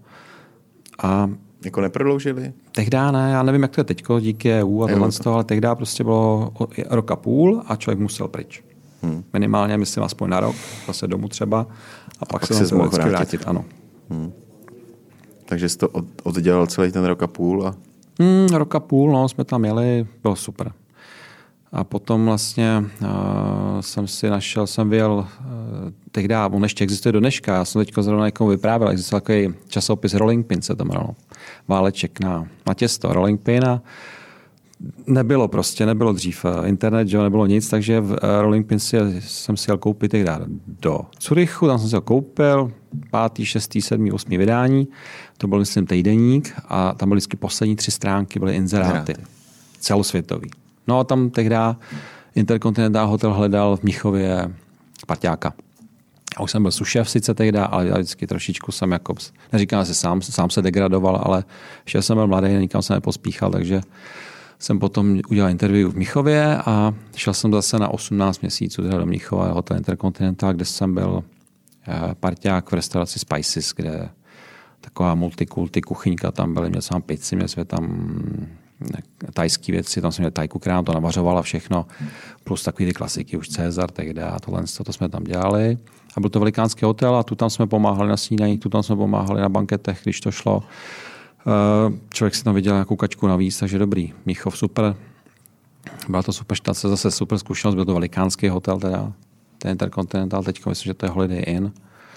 A jako neprodloužili? Tehdy ne, já nevím, jak to je teďko, díky E U a tohle z toho, ale tehdy prostě bylo rok a půl a člověk musel pryč. Hmm. Minimálně, myslím, aspoň na rok, zase domů třeba. A, a pak, pak se to mohl vrátit. vrátit. Ano. Hmm. Takže jsi to od, oddělal celý ten rok a půl? A... Hmm, rok a půl, no, jsme tam jeli, bylo super. A potom vlastně uh, jsem si našel, jsem vyjel uh, tehdy, on ještě existuje do dneška, já jsem teďko zrovna někomu vyprávěl, existoval takový časopis Rolling Pin, se to jmenovalo. Váleček na, na těsto, Rolling Pin a nebylo prostě, nebylo dřív internet, že nebylo nic, takže v Rolling Pin si, jsem si jel koupit tehdy do Curychu, tam jsem si ho koupil, pátý, šestý, sedmý, osmý vydání, to byl myslím týdeník a tam byly vždycky poslední tři stránky, byly inzeráty, celosvětový. No a tam tehdy Intercontinental Hotel hledal v Mnichově parťáka. A už jsem byl sušef sice tehdy, ale já vždycky trošičku jsem jako, neříkám, že sám, sám se degradoval, ale ještě jsem byl mladý, nikam jsem nepospíchal, takže jsem potom udělal interview v Mnichově a šel jsem zase na osmnáct měsíců do Mnichova, Hotel Intercontinental, kde jsem byl parťák v restauraci Spices, kde taková multikulty kuchyňka, tam byly, měl jsem tam pizzy, měl jsme tam tajský věci, tam jsem měl tajku, která nám to navařovala všechno, plus takový ty klasiky, už Cezar, tehdy a tohle, to jsme tam dělali. A byl to velikánský hotel a tu tam jsme pomáhali na snídaní, tu tam jsme pomáhali na banketech, když to šlo. Člověk si tam viděl nějakou kačku navíc, takže dobrý. Mnichov super. Byla to super štace, zase super zkušenost, byl to velikánský hotel, teda ten Intercontinental, teďko myslím, že to je Holiday Inn.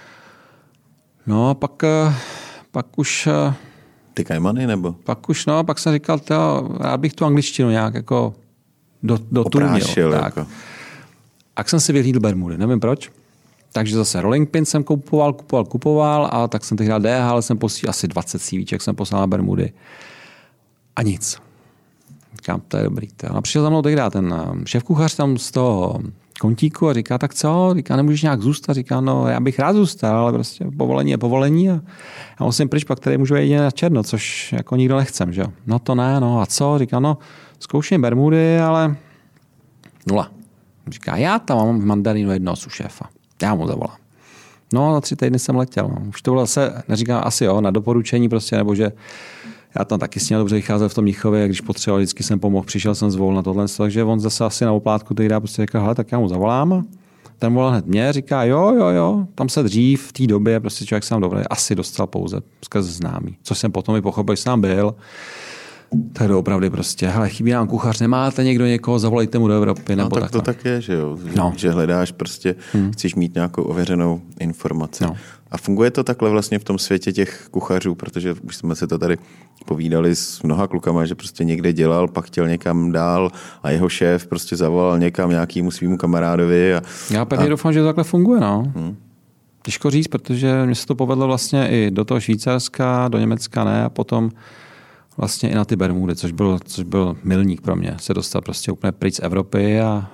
No a pak, pak už... Ty Kajmany, nebo? Pak už, no, pak jsem říkal, to, rád bych tu angličtinu nějak jako do, dotunil. Tak. Jako. A jsem si vyhlídl Bermudy, nevím proč. Takže zase Rolling Pin jsem kupoval, kupoval, kupoval a tak jsem tehdy D H L, jsem posílal asi dvacet CVček, jsem poslal na Bermudy. A nic. Říkám, to je dobrý. To. A přišel za mnou tehdy ten šéfkuchař tam z toho kontíku a říká, tak co? Říká, nemůžeš nějak zůstat? Říká, no já bych rád zůstal, ale prostě povolení je povolení a já musím pryč, pak tady můžu jedině na černo, což jako nikdo nechcem, že jo? No to ne, no a co? Říká, no zkouším Bermudy, ale nula. Říká, já tam mám v mandarínu jednoho sušéfa. Já mu zavolám. No za tři týdny jsem letěl. No. Už to bylo zase, neříkám asi jo, na doporučení prostě, nebo že já tam taky s ním dobře vycházel v tom Mnichově, když potřeboval, vždycky jsem pomohl, přišel jsem zvol na tohle, takže on zase asi na oplátku tehdy prostě říkal, hele, tak já mu zavolám. Ten volal hned mě, říká, jo, jo, jo, tam se dřív v té době, prostě člověk sám dobré, asi dostal pouze skrz známý. Což jsem potom i pochopil, že jsem byl. Tak doopravdy prostě, hele, chybí nám kuchař, nemáte někdo někoho, zavolejte mu do Evropy. Nebo no, tak takhle. to tak je, že jo, že, no. že hledáš prostě, hmm. chceš mít nějakou ověřenou informaci. No. A funguje to takhle vlastně v tom světě těch kuchařů, protože už jsme se to tady povídali s mnoha klukama, že prostě někde dělal, pak chtěl někam dál a jeho šéf prostě zavolal někam nějakému svýmu kamarádovi. A, Já pevně a... doufám, že to takhle funguje, no. Hmm. Těžko říct, protože mně se to povedlo vlastně i do toho Švýcarska, do Německa ne, a potom vlastně i na ty Bermudy, což byl, což byl milník pro mě, se dostat prostě úplně pryč z Evropy a, a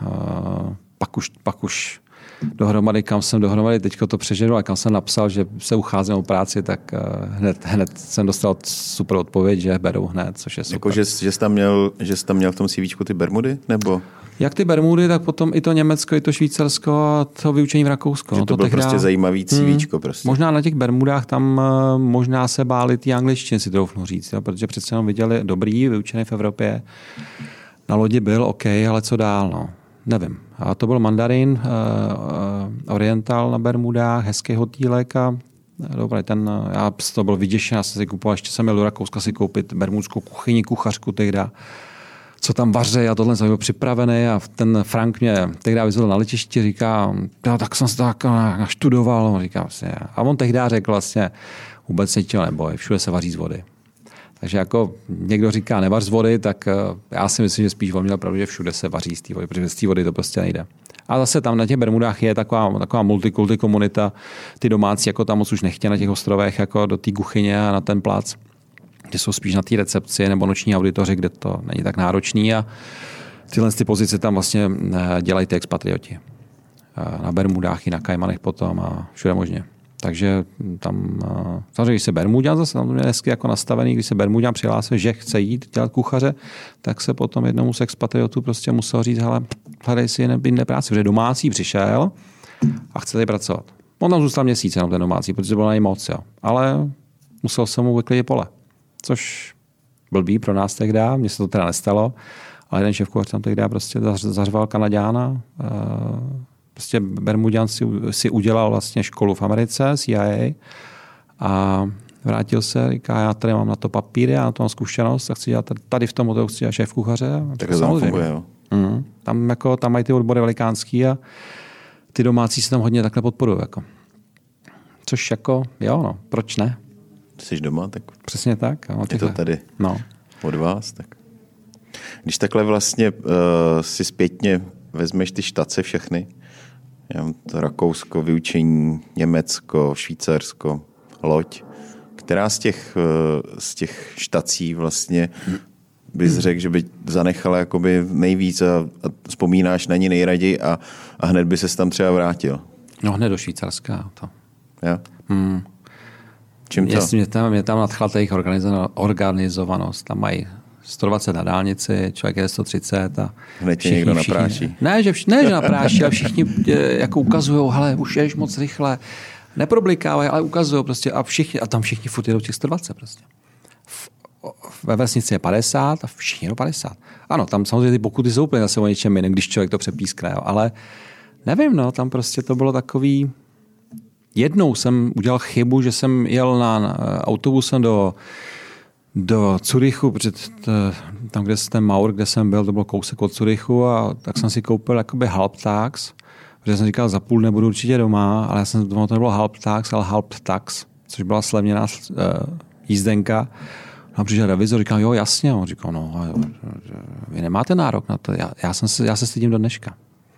pak už, pak už dohromady, kam jsem dohromady teďko to přežil a kam jsem napsal, že se ucházím o práci, tak hned, hned jsem dostal super odpověď, že berou hned, což je super. Jako, že, že, jsi tam měl, že jsi tam měl v tom CVčku ty Bermudy, nebo? Jak ty Bermudy, tak potom i to Německo, i to Švýcarsko a to vyučení v Rakousku. Že to, to byl tehda... prostě zajímavý CVčko. Prostě. Hmm, možná na těch Bermudách tam možná se báli ty angličtiny, si troufnu říct, jo, protože přece jenom viděli dobrý, vyučený v Evropě. Na lodi byl OK, ale co dál, no. Nevím. A to byl mandarin, uh, uh, oriental na Bermudách, hezký hotýlek a dobrý, ten, já to byl vyděšený, já jsem si kupoval, ještě jsem měl do Rakouska si koupit bermudskou kuchyni, kuchařku tehda, co tam vaře a tohle jsem byl připravený a ten Frank mě tehdy vyzvedl na letišti, říká, no, tak jsem se tak naštudoval, říká vlastně. A on tehdy řekl vlastně, vůbec se ničeho neboj, všude se vaří z vody. Takže jako někdo říká nevař z vody, tak já si myslím, že spíš on měl pravdu, že všude se vaří z té vody, protože z té vody to prostě nejde. A zase tam na těch Bermudách je taková, taková multikulty komunita, ty domácí jako tam moc už nechtějí na těch ostrovech, jako do té kuchyně a na ten plac, kde jsou spíš na té recepci nebo noční auditoři, kde to není tak náročný a tyhle ty pozice tam vlastně dělají ty expatrioti. Na Bermudách i na Kajmanech potom a všude možně. Takže tam, samozřejmě, když se Bermuďan zase tam je hezky jako nastavený, když se Bermuďan přihlásil, že chce jít dělat kuchaře, tak se potom jednomu z expatriotů prostě musel říct, hele, hledej si jiné práci, protože domácí přišel a chce tady pracovat. On tam zůstal měsíc jenom ten domácí, protože bylo na něj moc, jo. Ale musel se mu vyklidit pole. Což blbý pro nás tehdy, mně se to teda nestalo, ale jeden šéf kuchař tam tehdy prostě zařval Kanaďána. Prostě Bermuďan si, si udělal vlastně školu v Americe, C I A, a vrátil se, říká, já tady mám na to papíry, já na to mám zkušenost a chci dělat tady v tom hotelu chci dělat šéf kuchaře. Tak to funguje, jo. Mm, tam, jako, tam mají ty odbory velikánský a ty domácí se tam hodně takhle podporují. Jako. Což jako, jo, no, proč ne? Jsi doma, tak přesně tak. Jo, je to tady no. od vás. Tak. Když takhle vlastně uh, si zpětně vezmeš ty štace všechny, to Rakousko, vyučení, Německo, Švýcarsko, loď, která z těch, uh, z těch štací vlastně bys řekl, že by zanechala jakoby nejvíc a, a vzpomínáš na ní nejraději a, a hned by ses tam třeba vrátil? No hned do Švýcarska. To. Jo? Hmm. Čím to? Jestli mě tam, mě tam nadchla jejich organizovanost. Tam mají sto dvacet na dálnici, člověk je sto třicet a hned tě někdo napráší. Ne, že, ne, že napráší, ale všichni jako ukazují, hele, už jedeš moc rychle, neproblikávají, ale ukazují prostě a, všichni, a tam všichni furt jedou těch sto dvacet prostě. V, ve vesnici je padesát a všichni jedou padesát. Ano, tam samozřejmě ty pokuty jsou úplně zase o něčem jiném, když člověk to přepískne, jo, ale nevím, no, tam prostě to bylo takový. Jednou jsem udělal chybu, že jsem jel na, na autobusem do, do Curychu, protože t, tam, kde ten Maur, kde jsem byl, to bylo kousek od Curychu a tak jsem si koupil jakoby Halbtags, protože jsem říkal, za půl nebudu určitě doma, ale já jsem to nebylo Halbtags, ale Halbtags, což byla slevněná uh, jízdenka. A přišel revizor, říkal, jo, jasně. On říkal, no, jo, vy nemáte nárok na to. Já, já, jsem se, já se stydím do dneška.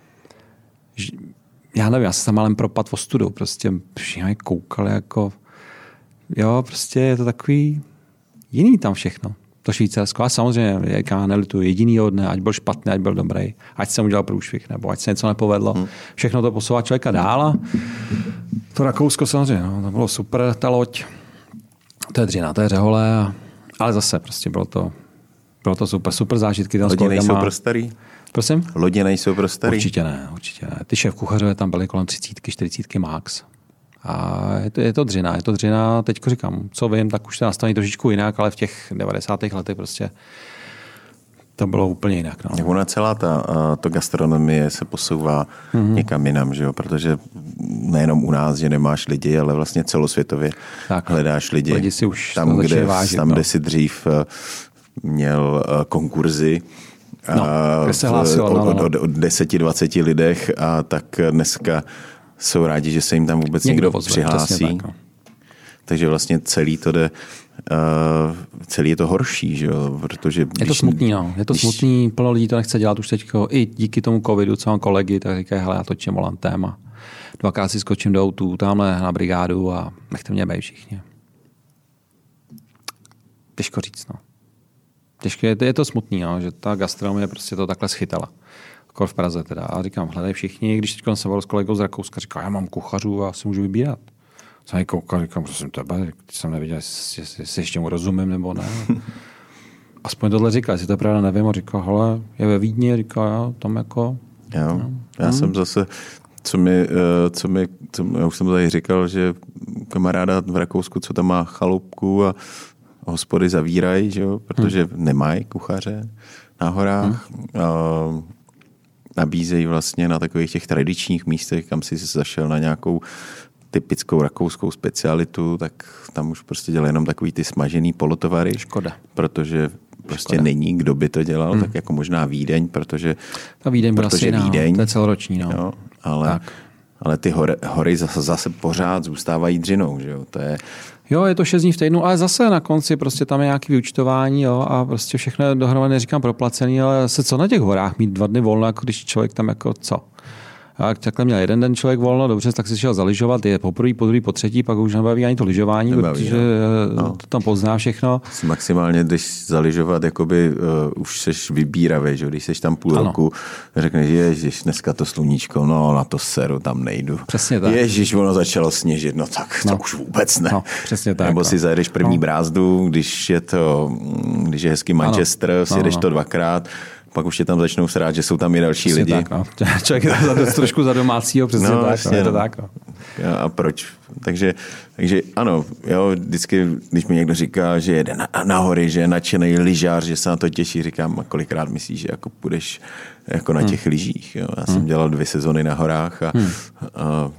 Já nevím, já jsem tam malem propad v ostudu, prostě všichni koukali jako, jo, prostě je to takový jiný tam všechno, to Švýcarsko. A samozřejmě, jak já nelituju jedinýho dne, ať byl špatný, ať byl dobrý, ať jsem udělal průšvih, nebo ať se něco nepovedlo. Hmm. Všechno to posouvá člověka dál a to Rakousko samozřejmě, no, to bylo super, ta loď, to je dřina, to je řehole, a, ale zase prostě bylo to, bylo to super, super zážitky. Lodi nejsou pro starý? Prosím? Lodě nejsou pro starý? Určitě ne, určitě ne. Ty šéf kuchařové tam byly kolem třicítky, čtyřicítky max. A je to, je to dřina, je to dřina, teďko říkám, co vím, tak už to nastaví trošičku jinak, ale v těch devadesátých letech prostě to bylo úplně jinak. No. Jak ona celá ta to gastronomie se posouvá mm-hmm. někam jinam, že jo? Protože nejenom u nás, že nemáš lidi, ale vlastně celosvětově tak, hledáš lidi, lidi si už tam, kde, vážit, tam no. kde si dřív měl konkurzy no, a se hlásil, od, no, no. od, od deseti dvaceti lidech a tak dneska jsou rádi, že se jim tam vůbec někdo, někdo přihlásí. Tak, no. Takže vlastně celý to jde, uh, celý je to horší, že jo? Protože je to smutný, no. Je to když... smutný, plno lidí to nechce dělat už teďko. I díky tomu covidu, co mám kolegy, tak říkají, hele, já točím volantem a dvakrát si skočím do autů, tamhle na brigádu a nechte mě být všichni. Těžko říct, no. Těžko, je, to, je to smutný, no, že ta gastronomie prostě to takhle schytala. Jako v Praze teda. A říkám, hledaj všichni, když teď jsem byl s kolegou z Rakouska, říkal, já mám kuchařů a si můžu vybírat. Jsem mi koukal, říkám, prosím tebe, teď jsem nevěděl, jestli, jestli ještě mu rozumím nebo ne. Aspoň tohle říkal, jestli to je pravda, nevím. A říkal, hele, je ve Vídni, říkal, já tam jako... Jo, no. Já hmm. jsem zase, co mi, co mi, co, já už jsem tady říkal, že kamaráda v Rakousku, co tam má chalupku a hospody zavírají, že jo, protože hmm. nemají kuchaře na horách. Hmm. A nabízejí vlastně na takových těch tradičních místech, kam si zašel na nějakou typickou rakouskou specialitu, tak tam už prostě dělají jenom takový ty smažený polotovary. Škoda. Protože prostě Škoda. Není, kdo by to dělal, hmm. tak jako možná Vídeň, protože ta Vídeň byla asi Vídeň, to je celoroční. No. Jo, ale, ale ty hory, hory zase, zase pořád zůstávají dřinou. Že jo? To je, Jo, je to šest dní v týdnu, ale zase na konci prostě tam je nějaké vyúčtování, jo, a prostě všechno dohromady neříkám proplacený, ale zase co na těch horách mít dva dny volno, jako když člověk tam jako co. A takhle měl jeden den člověk volno, dobře, tak si šel zaližovat, je po první, po druhý, po třetí, pak už nebaví ani to lyžování, nebaví, protože no. to tam pozná všechno. Maximálně, když zaližovat, jakoby uh, už seš vybíravý, že když seš tam půl ano. roku, řekneš, ježiš, dneska to sluníčko, no na to seru, tam nejdu. Přesně tak. Ježiš, ono začalo sněžit, no tak no. to už vůbec ne. No, přesně tak. Nebo si zajedeš první no. brázdu, když je to, když je hezký Manchester, ano. sjedeš no, no. to dvakrát, pak už je tam začnou srát, že jsou tam i další přesně lidi. Tak, no. Člověk je za, trošku za domácího, přesně no, tak. Vlastně, no, je to tak, no. A proč? Takže, takže ano, jo, vždycky, když mi někdo říká, že jede na, na hory, že je nadšený lyžář, že se na to těší, říkám, a kolikrát myslíš, že jako půjdeš jako na těch hmm. lyžích. Jo? Já hmm. jsem dělal dvě sezony na horách a, hmm. a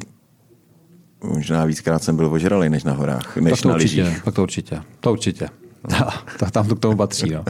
možná víckrát jsem byl ožralý než na horách, než na určitě, lyžích. Tak to určitě, to určitě. No. Tak tam to k tomu patří, no.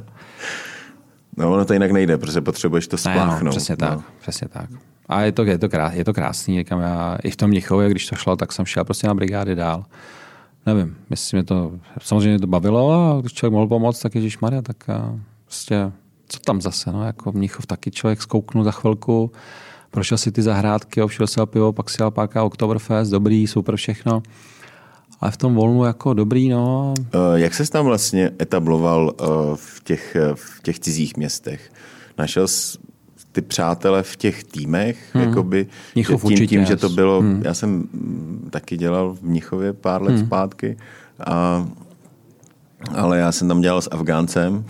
No, ono to jinak nejde, protože potřebuješ to spláchnout. No, přesně tak, no. přesně tak. A je to, je to, krás, je to krásný, říkám já, i v tom Mnichově, když to šlo, tak jsem šel prostě na brigády dál. Nevím, myslím, mě to, samozřejmě to bavilo a když člověk mohl pomoct, tak ježišmarja, tak prostě, co tam zase, no, jako Mnichov taky člověk zkouknul za chvilku, prošel si ty zahrádky, obšel se pivo, pak si jel párkrát Oktoberfest, dobrý, super všechno. Ale v tom volnu jako dobrý, no. Jak ses tam vlastně etabloval v těch, v těch cizích městech? Našel jsi ty přátele v těch týmech? Hmm. Jakoby, Mnichov tím, určitě. tím, že to bylo, hmm. já jsem taky dělal v Mnichově pár let hmm. zpátky, a, ale já jsem tam dělal s Afgáncem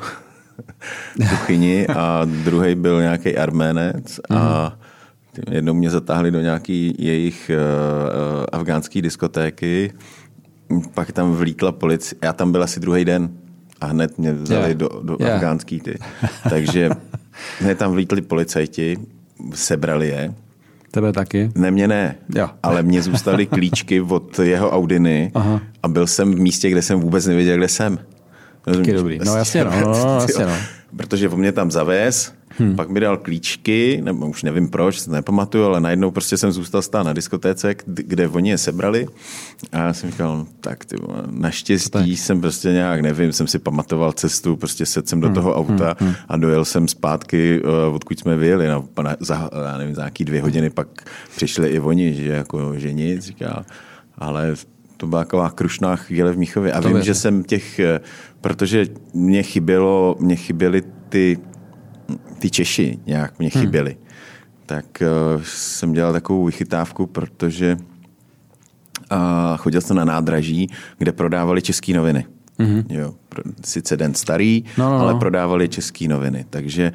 v kuchyni a druhý byl nějaký Arménec a hmm. jednou mě zatáhli do nějaký jejich uh, afgánský diskotéky. Pak tam vlítla policie. Já tam byl asi druhý den a hned mě vzali yeah. do, do yeah. afgánský ty. Takže hned tam vlítli policajti, sebrali je. Tebe taky? Ne, mě ne. Jo. Ale mě zůstaly klíčky od jeho Audiny Aha. a byl jsem v místě, kde jsem vůbec nevěděl, kde jsem. Taky dobrý. No jasně, no. no, no, jasně, no. Protože po mě tam zavez, hmm. pak mi dal klíčky, nebo už nevím proč, nepamatuju, ale najednou prostě jsem zůstal stát na diskotéce, kde oni je sebrali a já jsem říkal, no, tak ty, naštěstí jsem prostě nějak, nevím, jsem si pamatoval cestu, prostě sedl jsem do hmm. toho auta hmm. a dojel jsem zpátky, odkud jsme vyjeli, na, na, za, já nevím, za nějaký dvě hodiny pak přišli i oni, že jako, že nic, říká, ale to byla taková krušná chvíle v Mnichově. A to vím, věři. Že jsem těch, protože mě chybělo, mě chyběly ty, ty Češi, nějak mě chyběly. Hmm. Tak uh, jsem dělal takovou vychytávku, protože uh, chodil jsem na nádraží, kde prodávali české noviny. Hmm. Jo, sice den starý, no, no, ale prodávali české noviny. Takže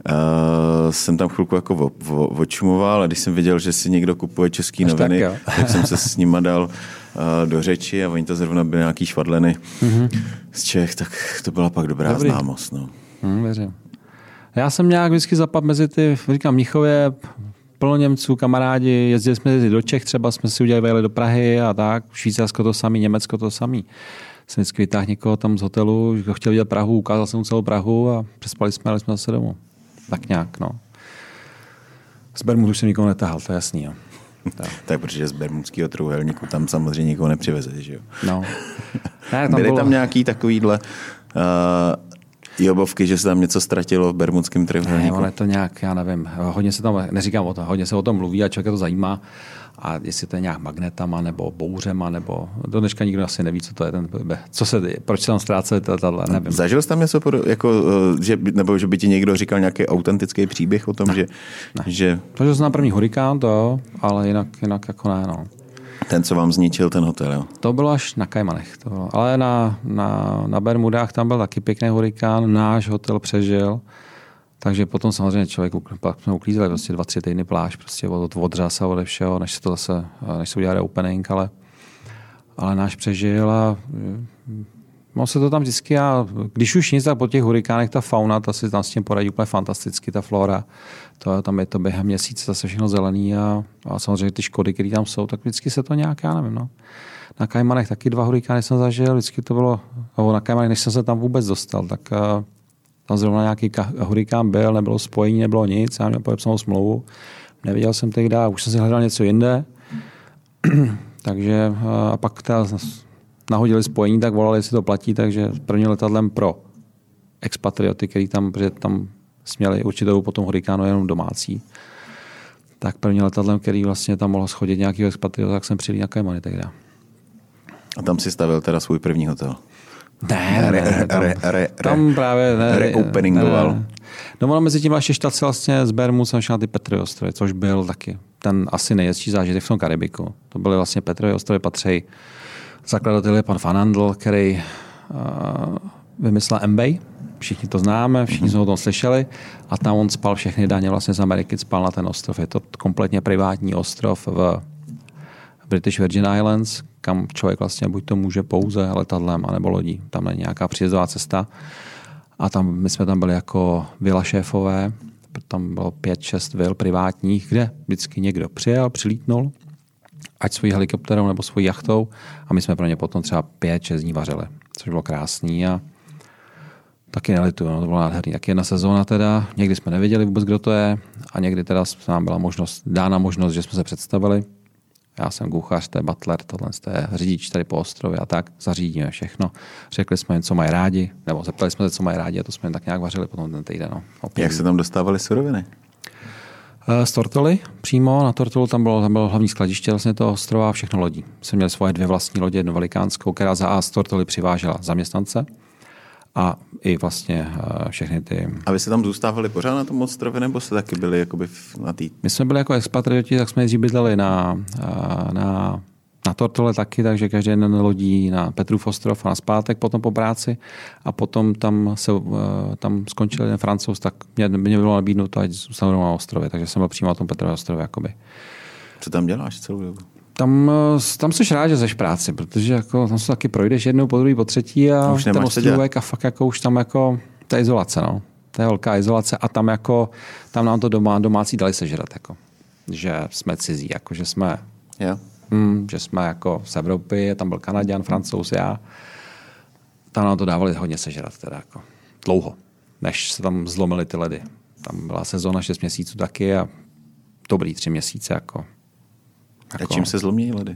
Uh, jsem tam chvilku jako vo, vo, očumoval a když jsem viděl, že si někdo kupuje české noviny, tak, tak jsem se s nima dal uh, do řeči a oni to zrovna byly nějaký švadleny mm-hmm. z Čech, tak to byla pak dobrá Dobrý. známost. No. Hmm, věřím. Já jsem nějak vždycky zapad mezi ty, říkám, Mnichově, plno Němců, kamarádi, jezdili jsme do Čech, třeba jsme si udělali do Prahy a tak, Švýcarsko to samý, Německo to samý. jsem vždycky vytáhl někoho tam z hotelu, kdo chtěl vidět Prahu, ukázal jsem mu celou Prahu a přespali jsme, ale jsme zase domů. Tak nějak, no. Z Bermud už jsem nikoho netahal, to je jasný, jo. Tak. tak protože z bermudského trůhelníku tam samozřejmě nikoho nepřiveze, že jo? No. Ne, tam Byly bylo... tam nějaký takovýhle uh, jobovky, že se tam něco ztratilo v bermudském trůhelníku? Ne, ale to nějak, já nevím, hodně se tam, neříkám o tom, hodně se o tom mluví a člověka to zajímá. A jestli to je nějak magnetama nebo bouřema, nebo do dneška nikdo asi neví, co to je ten, co se, proč se tam ztráceli, nevím. Zažil jsi tam něco, jako, že, nebo že by ti někdo říkal nějaký autentický příběh o tom, ne, že... Ne. že... Zažil jsem na první hurikán, to jo, ale jinak, jinak jako ne, no. Ten, co vám zničil ten hotel, jo? To bylo až na Kajmanech, to bylo. Ale na, na, na Bermudách tam byl taky pěkný hurikán, náš hotel přežil. Takže potom samozřejmě člověk, pak jsme uklízeli prostě dva, tři týdny pláž, prostě od, od řasa, ode všeho, než se to zase, než se udělá opening, ale, ale náš přežil a no se to tam vždycky a když už nic, tak po těch hurikánech ta fauna, ta si tam s tím poradí úplně fantasticky, ta flora, to, tam je to během měsíce zase všechno zelený a, a samozřejmě ty škody, které tam jsou, tak vždycky se to nějak, já nevím, no. Na Kajmanech taky dva hurikány jsem zažil, vždycky to bylo, na Kajmanech, než jsem se tam vůbec dostal, tak tam zrovna nějaký hurikán byl, nebylo spojení, nebylo nic, já měl podepsanou smlouvu, neviděl jsem tehdy, už jsem si hledal něco jinde, takže a pak teda nahodili spojení, tak volali, jestli to platí, takže prvním letadlem pro expatrioty, který tam, protože tam směli určitou potom hurikánu jenom domácí, tak prvním letadlem, který vlastně tam mohl schodit nějaký expatriot, tak jsem přijel na Kajmany tehdy. A tam si stavil teda svůj první hotel? Ne, ne, ne, tam, re, re, tam právě ne, reopeningoval. Ne. No ono mezi tím byla ještě štace vlastně z Bermud jsem šel na ty Petrovy ostrovy, což byl taky ten asi nejjezdčí zážitek v tom Karibiku. To byly vlastně Petrovy ostrovy, patří zakladatel je pan Van Andel, který uh, vymyslel M-Bay. Všichni to známe, všichni jsme o tom slyšeli. A tam on spal všechny daně vlastně z Ameriky, spal na ten ostrov. Je to kompletně privátní ostrov v British Virgin Islands, kam člověk vlastně buď to může pouze letadlem, anebo lodí. Tam není nějaká příjezdová cesta. A tam, my jsme tam byli jako vila šéfové, tam bylo pět, šest vil privátních, kde vždycky někdo přijel, přilítnul, ať svojí helikopterou nebo svojí jachtou a my jsme pro ně potom třeba pět, šest dní vařili, což bylo krásný a taky nelituju, no, to bylo nádherný. Tak jedna sezóna teda, někdy jsme nevěděli vůbec, kdo to je a někdy teda nám byla možnost, dána možnost, že jsme se představili. Já jsem kuchař, to je butler, tohle to je řidič tady po ostrově a tak, zařídíme všechno. Řekli jsme jim, co mají rádi, nebo zeptali jsme se, co mají rádi a to jsme jim tak nějak vařili potom ten týden. No. Jak se tam dostávaly suroviny? Z Tortoly přímo, na Tortolu tam bylo, tam bylo hlavní skladiště vlastně toho ostrova, všechno lodí. Jsme měli svoje dvě vlastní lodě, jednu velikánskou, která za A z Tortoly přivážela zaměstnance a i vlastně všechny ty... A vy jste tam zůstávali pořád na tom ostrově, nebo jste taky byli jakoby na té... My jsme byli jako expatrioti, tak jsme nejdřív bydleli na, na, na Tortole taky, takže každý den lodí na Petrův ostrov a na zpátek potom po práci a potom tam, se, tam skončil jeden Francouz, tak mě, mě bylo nabídnuto, ať zůstanu na ostrově, takže jsem byl přímo na tom Petrově ostrově. Jakoby. Co tam děláš celou dobu? Tam, tam jsi rád, že jsi v práci, protože jako, tam se taky projdeš jednou, po druhý, po třetí a už ten ostrůvek a fakt jako už tam jako, to je izolace, no. To je velká izolace a tam jako, tam nám to doma, domácí dali sežrat, jako. Že jsme cizí, jako, že jsme, yeah. hm, že jsme jako z Evropy, tam byl Kanaďan, Francouz, já. Tam nám to dávali hodně sežrat, teda jako dlouho, než se tam zlomily ty ledy. Tam byla sezóna šest měsíců taky a dobrý tři měsíce, jako. Jako... A čím se zlomí ledy?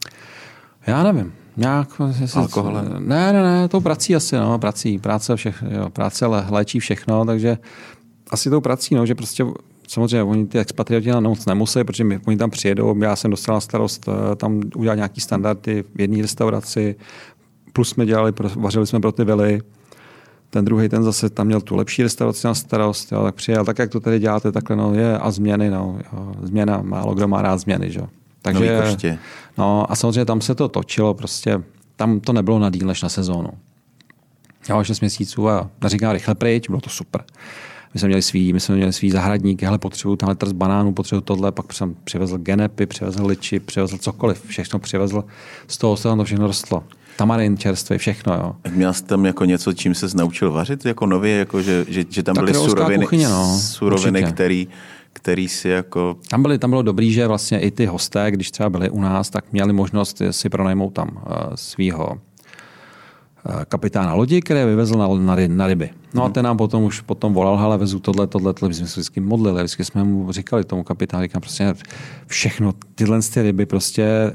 Já nevím. Nějak, alkoholem? Ne, ne, ne, tou prací asi, no, prací. Práce, všech, jo, práce léčí všechno, takže asi tou prací, no, že prostě samozřejmě oni ty expatrioti na noc nemusí, protože my, oni tam přijedou, já jsem dostal na starost tam udělat nějaký standardy v jedné restauraci, plus jsme dělali, vařili jsme pro ty vily, ten druhý ten zase tam měl tu lepší restauraci na starost, jo, tak přijel, tak jak to tady děláte, takhle, no, je a změny, no, jo, změna, málo kdo má rád změny, že? Takže, no a samozřejmě tam se to točilo, prostě tam to nebylo na díl než na sezónu. Já mám šest měsíců a neříkám rychle pryč, bylo to super. My jsme měli svý, my jsme měli svý zahradník, hele, potřebuju tam litr z banánů, potřebuju tohle, pak jsem přivezl genepy, přivezl liči, přivezl cokoliv, všechno přivezl, z toho se tam to všechno rostlo. Tamarin, čerstvý, všechno, jo. Měl jsi tam jako něco, čím ses naučil vařit, jako nově, jako že, že, že tam tak byly suroviny, kuchyně, no, suroviny který, který si jako... Tam, byly, tam bylo dobrý, že vlastně i ty hosté, když třeba byli u nás, tak měli možnost si pronajmout tam uh, svýho kapitána lodi, který vyvezl na, na, na ryby. No a ten nám potom už potom volal, hele, vezu tohle, tohle, tohle, my jsme se vždycky modlili, vždycky jsme mu říkali tomu kapitánu, říkám prostě všechno, tyhle ty ryby prostě,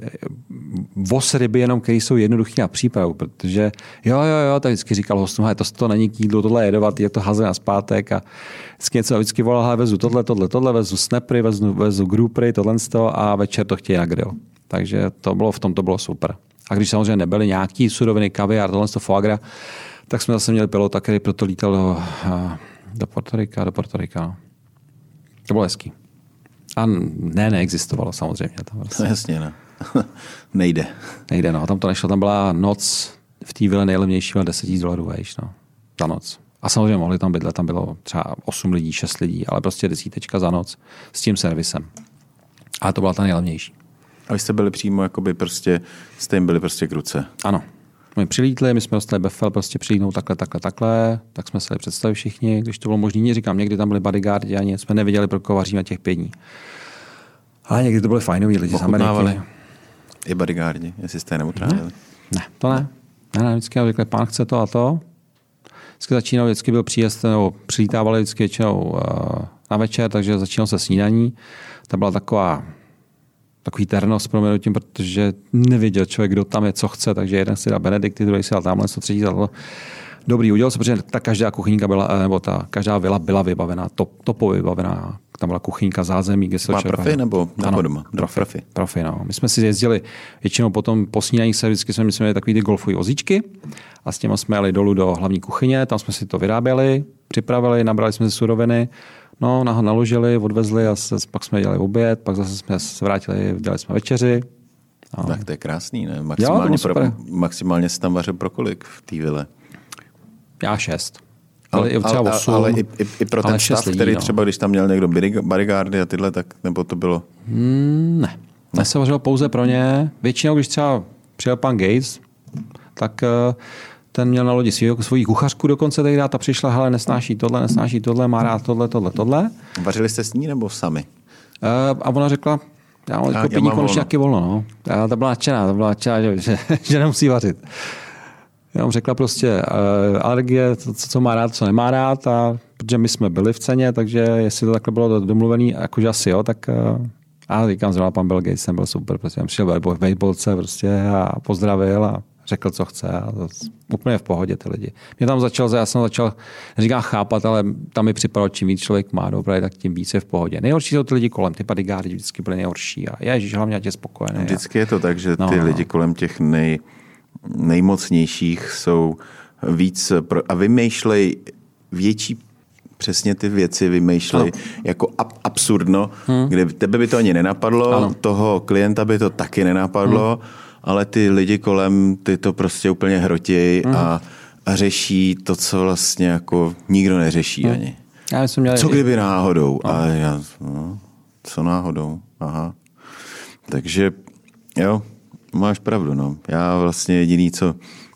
voz ryby jenom, které jsou jednoduché na přípravu, protože jo, jo, jo, tak vždycky říkal hostům, hele, to, to není k jídlu, tohle je jedovatý, je to hazené na zpátek a vždycky něco, vždycky volal, hele, vezu tohle, tohle, tohle, vezu snapry, vezu, vezu groupry, tohle a večer to chtějí na grill. Takže to bylo, v tom to bylo super. A když samozřejmě nebyly nějaký suroviny, kaviár, tohle to foie gras, tak jsme zase měli pilota, který proto lítal do, do Porto Rika, do Porto Rika. To bylo hezký. A ne, neexistovalo samozřejmě. Tam vlastně. No jasně, ne. Nejde. Nejde, no. Tam to nešlo. Tam byla noc v té vile nejlevnější, byla deset tisíc dolarů, vejš, no. Za noc. A samozřejmě mohli tam bydlet, tam bylo třeba osm lidí, šest lidí, ale prostě desítečka za noc s tím servisem. Ale to byla ta nejlevnější. A vy jste byli přímo, jakoby prostě, jste jim byli prostě k ruce. Ano. My přilítli, my jsme dostali befel, prostě přilítnout takhle, takhle, takhle, tak jsme se dali představit všichni, když to bylo možný, říkám, někdy tam byli bodyguardi a nic, jsme nevěděli, pro koho vaříme těch pět dní. Ale někdy to byli fajnoví lidi z Ameriky. I bodyguardi, jestli jste je neutrávili? Ne, ne, to ne. Ne, ne, vždycky řekli, pán chce to a to. Vždycky začínal, vždycky byl příjezd, nebo přilítávali vždycky většinou uh, na večer, takže začínal se snídaní. Ta byla taková takový ternos pro tím, protože nevěděl člověk, kdo tam je, co chce, takže jeden si dal Benedikty, druhý si dal tamhle, co třetí dal. Dobrý udělal se, protože ta každá kuchyňka byla, nebo ta každá vila byla vybavená, top, topově vybavená. Tam byla kuchyňka, zázemí, kde se Má profi nebo nebo doma? Profi, profi, no. My jsme si jezdili většinou potom po snídaní se vždycky jsme měli takový ty golfové vozíčky a s těma jsme jeli dolů do hlavní kuchyně, tam jsme si to vyráběli, připravili, nabrali jsme si suroviny, no, naložili, odvezli a se, pak jsme dělali oběd, pak zase jsme se vrátili, dělali jsme večeři. No. Tak to je krásný, ne? Maximálně, jo, pro, maximálně se tam vařil pro kolik v té vile? Já šest. Ale, ale, ale, osm, ale i, i, i pro ten stav, lidí, který no. třeba, když tam měl někdo bodyguardy a tyhle, tak nebo to bylo? Mm, ne. Ne se vařilo pouze pro ně. Většinou, když třeba přijel pan Gates, tak ten měl na lodi svou, svoji kuchařku dokonce tehdy, ta přišla, hele, nesnáší tohle, nesnáší tohle, má rád tohle, tohle, tohle. Vařili jste s ní nebo sami? Uh, a ona řekla, já mám jako pění konečně nějaký volno. No. A ta byla nadšená, ta byla nadšená, že, že, že nemusí vařit. Já vám řekla prostě uh, alergie, to, co má rád, co nemá rád, a protože my jsme byli v ceně, takže jestli to takhle bylo domluvený, jakože asi jo, tak uh, a říkám, zrovna pan Bill Gates, ten byl super, prostě přišel v baseballce prostě a pozdravil a řekl, co chce. A to úplně v pohodě ty lidi. Mě tam začal, já jsem začal, neříkám chápat, ale tam mi připadalo, čím víc člověk má dobré, tak tím víc je v pohodě. Nejhorší jsou ty lidi kolem, ty bodyguardi vždycky byly nejhorší. A ježiš, hlavně ať je spokojený. Vždycky je to tak, že ty no, lidi no. kolem těch nej, nejmocnějších jsou víc pro, a vymýšlej větší přesně ty věci vymýšlej ano. jako ab, absurdno, hmm. kde tebe by to ani nenapadlo, ano. toho klienta by to taky nenapadlo, hmm. ale ty lidi kolem, ty to prostě úplně hrotějí hmm. a, a řeší to, co vlastně jako nikdo neřeší hmm. ani. Já jsem měl... Co kdyby náhodou? No. A já, no, co náhodou? Aha. Takže jo, máš pravdu, no. Já vlastně jediný, co...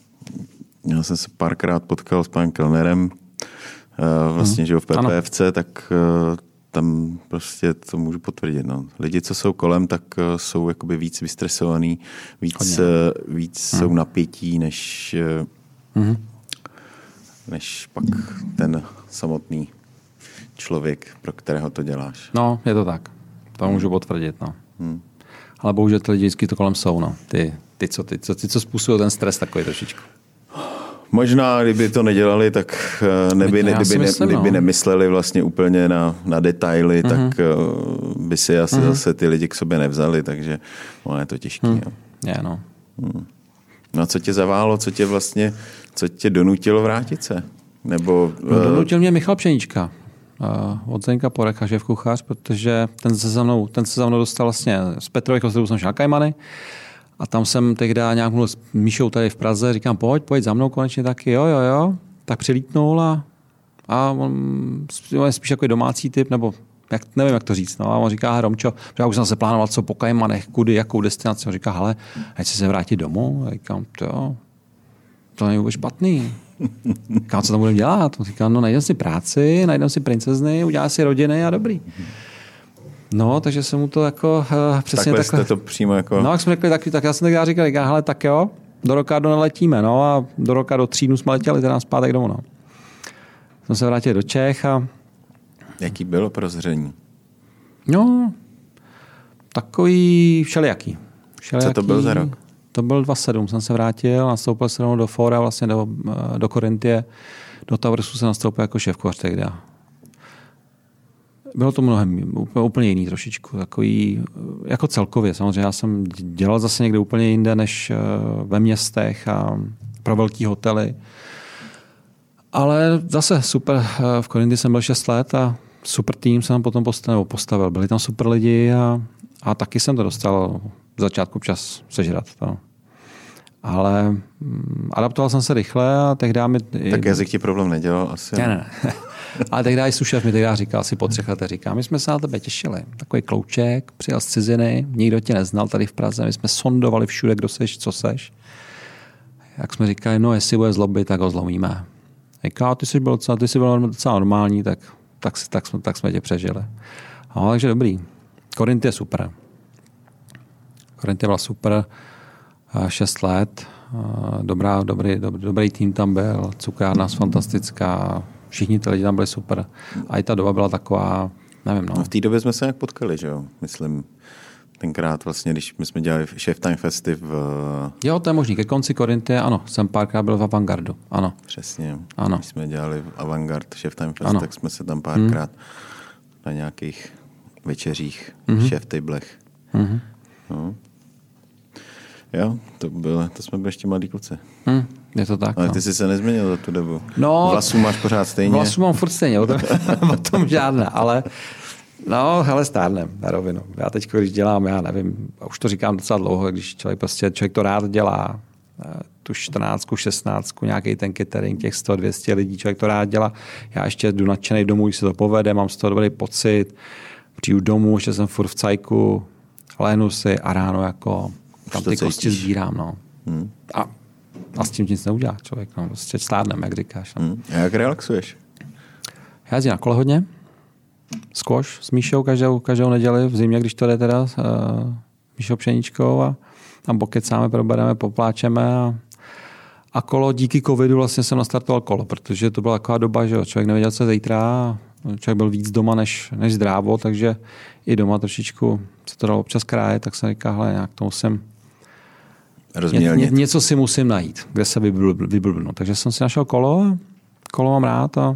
Já jsem se párkrát potkal s panem Kellnerem, vlastně, hmm. že v P P F C, ano. tak tam prostě to můžu potvrdit. No. Lidi, co jsou kolem, tak jsou jakoby víc vystresovaný, víc, víc hmm. jsou napětí, než, hmm. než pak ten samotný člověk, pro kterého to děláš. No, je to tak. To můžu potvrdit, no. Hmm. Ale bohužel ty lidi vždycky to kolem jsou, no. Ty, ty, co, ty, co, ty, co způsobují ten stres takový trošičku. Možná, kdyby to nedělali, tak neby, ne, kdyby, myslím, ne, kdyby no. nemysleli vlastně úplně na, na detaily, mm-hmm. tak uh, by si asi mm-hmm. zase ty lidi k sobě nevzali, takže no, je to těžký. Mm. Jo. Je, no. Hmm. No a co tě zaválo, co tě vlastně, co tě donutilo vrátit se? Nebo, no, uh... donutil mě Michal Pšenička. Uh, od Zdeňka Porecha, šéf kuchař, protože ten se za mnou, ten se za mnou dostal vlastně z Petrových ostrovů, jsem šel na Kajmany. A tam jsem tehdy nějak mluvil s Míšou tady v Praze, říkám, pojď, pojď za mnou konečně taky, jo, jo, jo. Tak přilítnul a, a on, on je spíš jako domácí typ, nebo jak, nevím, jak to říct. No. A on říká, Romčo, já už jsem se plánoval, co po Kajmanech, kudy, jakou destinaci. On říká, hele, ať se vrátit domů. A říkám, to jo, to není vůbec špatný. Říkám, co tam budeme dělat? On říká, no najdem si práci, najdem si princezny, uděláme si rodiny a dobrý. No, takže jsem mu to jako uh, přesně takhle. Takhle jste to přímo jako... No, jak jsme řekli, tak, tak já jsem tak říkal, říkal, hele, tak jo, do Roccardo neletíme, no a do Roccardo tří dnů jsme letěli teda zpátek domů, no. Jsme se vrátili do Čech a... Jaký bylo prozření? No, takový všelijaký. všelijaký. Co to byl za rok? To byl dva tisíce sedm, jsem se vrátil, nastoupil jsem do Fora, vlastně do, do Korintie, do Taursu jsem nastoupil jako šéfkuchař tehdy. Bylo to mnohem úplně jiný trošičku, takový, jako celkově. Samozřejmě já jsem dělal zase někde úplně jinde, než ve městech a pro velký hotely. Ale zase super, v Korintii jsem byl šest let a super tým jsem tam potom postavil. postavil. Byli tam super lidi a, a taky jsem to dostal v začátku čas sežrat. To. Ale mm, adaptoval jsem se rychle a tehdy mi... Tak jazyk ti problém nedělal asi. Ne, ne, ne. Ale tehdy i šéf mi tehdy říkal, asi po třech letech říká, my jsme se na tebe těšili. Takový klouček, přijel z ciziny, nikdo tě neznal tady v Praze, my jsme sondovali všude, kdo seš, co seš. Jak jsme říkali, no jestli bude zlobit, tak ho zlomíme. Říká, ty jsi byl docela, ty jsi byl docela normální, tak, tak, tak, jsme, tak jsme tě přežili. No, takže dobrý. Korinth je super. Korinth byla super. Šest let. Dobrá, dobrý, dobrý, dobrý tým tam byl. Cukrárna fantastická. Všichni ty lidi tam byli super. A i ta doba byla taková, nevím, no. no v té době jsme se nějak potkali, že jo? Myslím, tenkrát vlastně, když my jsme dělali Chef Time Festi v... Jo, to je možný. Ke konci Korintie, ano, jsem párkrát byl v Avantgardu, ano. Přesně. Ano. Když jsme dělali v Avantgard Chef Time Fest, ano. tak jsme se tam párkrát hmm. na nějakých večeřích, mm-hmm. šéf tablech. Mm-hmm. No. Jo, to, bylo, to jsme byli ještě mladí kluci. Hmm, je to tak. Ale no. ty jsi se nezměnil za tu dobu. No, vlasů máš pořád stejně. Vlasů mám furt stejně, o tom, o tom žádné, ale no, hele, stárnem na rovinu. Já teď, když dělám, já nevím, už to říkám docela dlouho, když člověk prostě, člověk to rád dělá, tu čtrnáctku, šestnáctku, nějaký ten catering, těch sto, dvě stě lidí, člověk to rád dělá. Já ještě jdu nadšenej domů, když se to povede, mám z toho dobrý pocit, přijdu domů, ještě jsem furt v cajku, léhnu si a ráno jako tam ty kosti sbírám. No. Hmm. A, a s tím nic neudělá člověk. No. Prostě stárnem, jak říkáš. No. Hmm. A jak relaxuješ? Já jezdím na kole hodně. Squash s Míšou každou, každou neděli v zimě, když to jde teda s uh, Míšou Pšeničkou a tam pokecáme, probereme, popláčeme a, a kolo díky covidu vlastně jsem nastartoval kolo, protože to byla taková doba, že člověk nevěděl, co zítra, člověk byl víc doma než, než zdrávo, takže i doma trošičku se to dalo občas krájet, tak jsem říkal, hele, nějak to musím ně, ně, něco si musím najít, kde se vyblbnu. Takže jsem si našel kolo, kolo mám rád a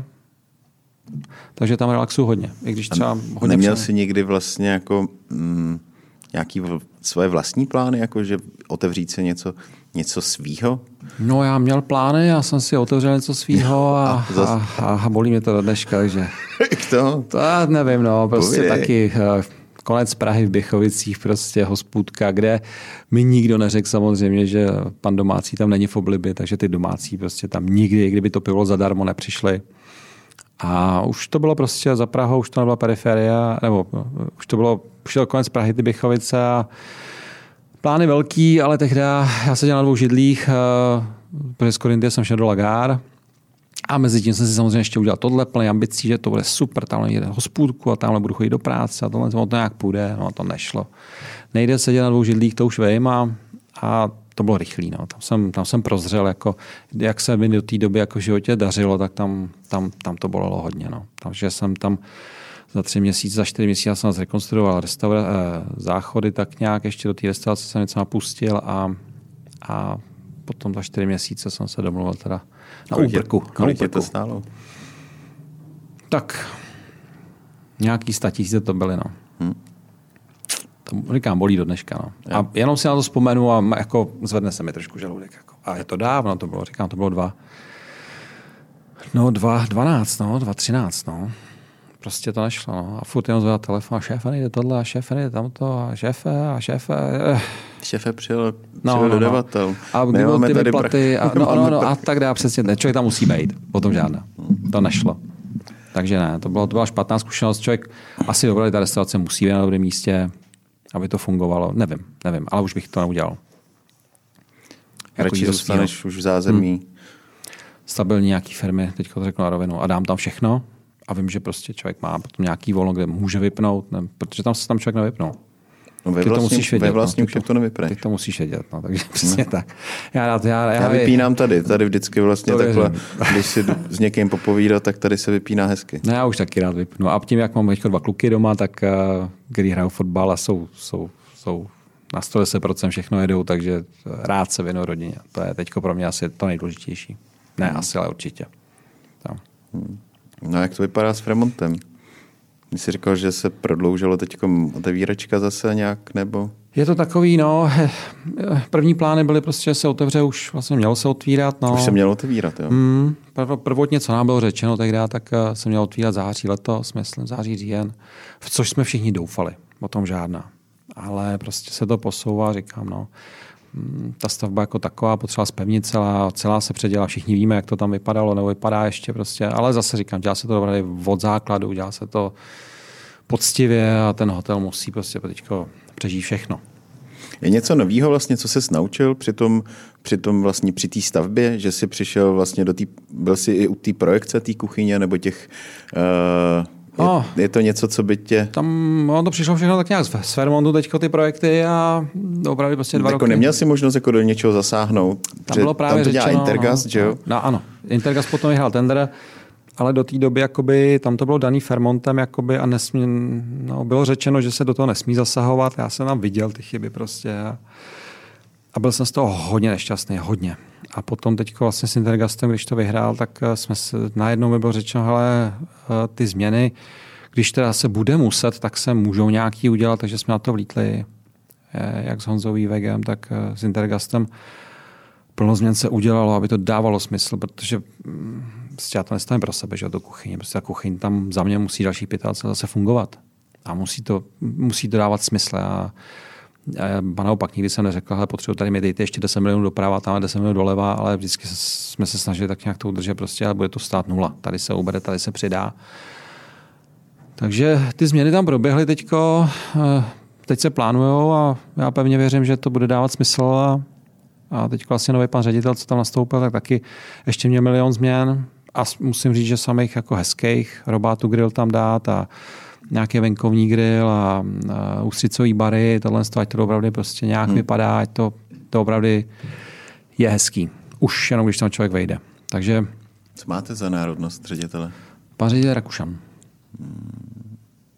takže tam relaxuju hodně. I když třeba hodně neměl přijde. jsi nikdy vlastně jako mm, nějaký v, svoje vlastní plány, jako že otevřít si něco, něco svýho? No já měl plány, já jsem si otevřel něco svýho a, a, zas... a, a bolí mě to do dneška, takže to? to já nevím, no, prostě Povědej. taky konec Prahy v Běchovicích, prostě hospůdka, kde mi nikdo neřekl samozřejmě, že pan domácí tam není v oblibě, takže ty domácí prostě tam nikdy, kdyby to pivo zadarmo nepřišli. A už to bylo prostě za Prahou, už to nebyla periferia, nebo už to bylo, už to konec Prahy, ty Běchovice a plány velký, ale tehdy já seděl na dvou židlích, protože z Korintie jsem šel do Lagár a mezi tím jsem si samozřejmě ještě udělal tohle plný ambicí, že to bude super, tamhle jde hospůdku a tamhle budu chodit do práce a tohle to nějak půjde, no a to nešlo. Nejde sedět na dvou židlích, to už vím a, a to bylo rychlý. No. Tam, jsem, tam jsem prozřel, jako, jak se mi do té doby jako v životě dařilo, tak tam, tam, tam to bolelo hodně. No. Takže jsem tam za tři měsíce, za čtyři měsíce jsem zrekonstruoval restaura- eh, záchody, tak nějak ještě do té restaurace jsem něco napustil a, a potom za čtyři měsíce jsem se domluvil teda na kolik úprku. Je, kolik je to stálo? Tak nějaký sta tisíce to byly. No. Hmm. To říkám, bolí do dneška. No. A jenom si na to vzpomenu a jako zvedne se mi trošku žaludek. Jako. A je to dávno, to bylo, říkám, to bylo dva. No, dva, dvanáct, no, dva, třináct, no. Prostě to nešlo, no. A furt jenom zvedal telefon a šéfe, nejde tohle, a šéfe, nejde tamto, a šéfe, a šéfe. Eh. Šéfe přijel, no, přijel no, dodavatel. No. A kdy byly ty vyplaty, a, no, no, no, a tak dá, přesně, člověk tam musí být, potom žádná. To nešlo. Takže ne, to, bylo, to byla špatná zkušenost. Člověk asi dobrý, ta restaurace musí být na dobrém místě, aby to fungovalo. Nevím, nevím, ale už bych to neudělal. Radši jako zůstaneš už v zázemí. Hmm. Stabilní nějaký firmy, teďka to řeknu na rovinu, a dám tam všechno a vím, že prostě člověk má potom nějaký volno, kde může vypnout, ne, protože tam se tam člověk nevypnou. No ve vlastním, ve vlastním no, to nevypneš. Ty to musíš vědět, no, takže přesně no. tak. Já, rád, já, já, já vypínám tady, tady vždycky vlastně takhle, když si s někým popovídat, tak tady se vypíná hezky. No já už taky rád vypnu. A tím, jak mám teďko dva kluky doma, tak když hrajou fotbal a jsou, jsou, jsou na sto deset procent všechno jedou, takže rád se věnuju rodině. To je teďko pro mě asi to nejdůležitější. Ne hmm. asi, ale určitě. Tam. No jak to vypadá s Fremontem? Jsi si říkal, že se prodloužilo teď otevíračka zase nějak, nebo? Je to takový, no, první plány byly prostě, že se otevře, už vlastně mělo se otvírat. No. Už se mělo otevírat, jo? Mm, prvotně, co nám bylo řečeno tehdy, tak se mělo otvírat září letos, myslím, září, říjen, v což jsme všichni doufali, o tom žádná. Ale prostě se to posouvá, říkám, no, ta stavba jako taková potřeba zpevnit celá, celá se předělá, všichni víme, jak to tam vypadalo, nebo vypadá ještě prostě, ale zase říkám, dělá se to dobré od základu, dělá se to poctivě a ten hotel musí prostě teďko přežít všechno. Je něco novýho vlastně, co ses naučil při tom, při tom vlastně při té stavbě, že jsi přišel vlastně do té, byl jsi i u té projekce té kuchyně nebo těch uh... Je, oh, je to něco, co by tě... Tam on to přišlo všechno tak nějak z Fairmontu teďko ty projekty a opravdu prostě dva jako roky. Neměl jsi možnost jako do něčeho zasáhnout? Tam bylo právě tam to dělá řečeno, Intergas, no, že jo? No ano, Intergas potom vyhrál tender, ale do té doby jakoby, tam to bylo daný Fairmontem jakoby, a nesmí, no, bylo řečeno, že se do toho nesmí zasahovat. Já jsem tam viděl ty chyby prostě a, a byl jsem z toho hodně nešťastný, hodně. A potom teďko vlastně s Intergastem, když to vyhrál, tak jsme se, najednou mi bylo řečeno, hele, ty změny, když teda se bude muset, tak se můžou nějaký udělat, takže jsme na to vlítli, jak s Honzou Vývegem, tak s Intergastem. Plno změn se udělalo, aby to dávalo smysl, protože prostě já to nestavím pro sebe, že do kuchyně. Prostě ta kuchyň tam za mě musí další pět let zase fungovat. A musí to, musí to dávat smysl. A A naopak nikdy jsem neřekl, že potřebuji tady mi dejte ještě deset milionů doprava, tam deset milionů doleva, ale vždycky jsme se snažili tak nějak to udržet prostě, ale bude to stát nula. Tady se ubere, tady se přidá. Takže ty změny tam proběhly teďko, teď se plánujou a já pevně věřím, že to bude dávat smysl a, a teď vlastně nový pan ředitel, co tam nastoupil, tak taky ještě měl milion změn a musím říct, že samých jako hezkých, robátu grill tam dát a nějaký venkovní grill a, a ústřicový bary, tohle, ať to opravdu prostě nějak hmm. vypadá, ať to, to opravdu je hezký. Už jenom, když tam člověk vejde. Takže... Co máte za národnost ředitele? Pan ředitel Rakušan. Hmm.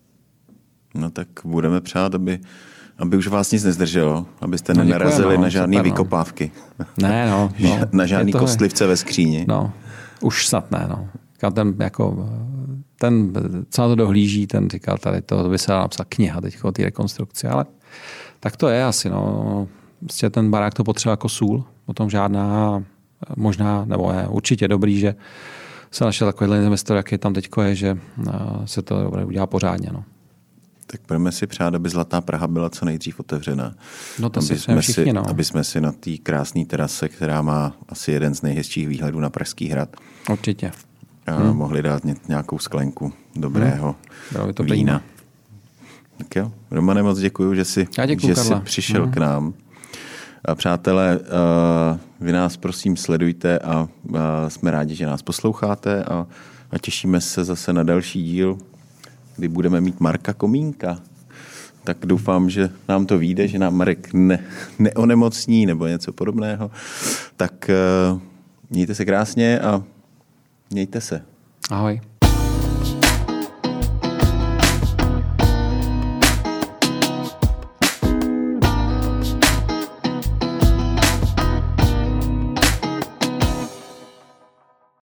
No tak budeme přát, aby, aby už vás nic nezdrželo, abyste no, nenarazili no, na žádný super, vykopávky. Ne, no. no na žádný to, kostlivce ve skříni. No, už snad ne, no. Ten, jako, ten, co na to dohlíží, ten říkal, tady to, to by se dala napsat kniha teď o té rekonstrukci, ale tak to je asi, no. Prostě ten barák to potřebuje jako sůl, o tom žádná, možná, nebo je určitě dobrý, že se našel takovýhle investor, jaký tam teďko je, že se to udělá pořádně, no. Tak budeme si přát, aby Zlatá Praha byla co nejdřív otevřená. No to aby si jsme všichni, si, no. Aby jsme si na té krásné terase, která má asi jeden z nejhezčích výhledů na Pražský hrad, určitě. A hmm. mohli dát nějakou sklenku dobrého hmm. to vína. Tak jo, Romane, moc děkuju, že jsi, děkuju, že jsi přišel hmm. k nám. A přátelé, vy nás prosím sledujte a jsme rádi, že nás posloucháte a, a těšíme se zase na další díl, kdy budeme mít Marka Komínka. Tak doufám, že nám to vyjde, že nám Marek ne, neonemocní nebo něco podobného. Tak mějte se krásně a mějte se. Ahoj.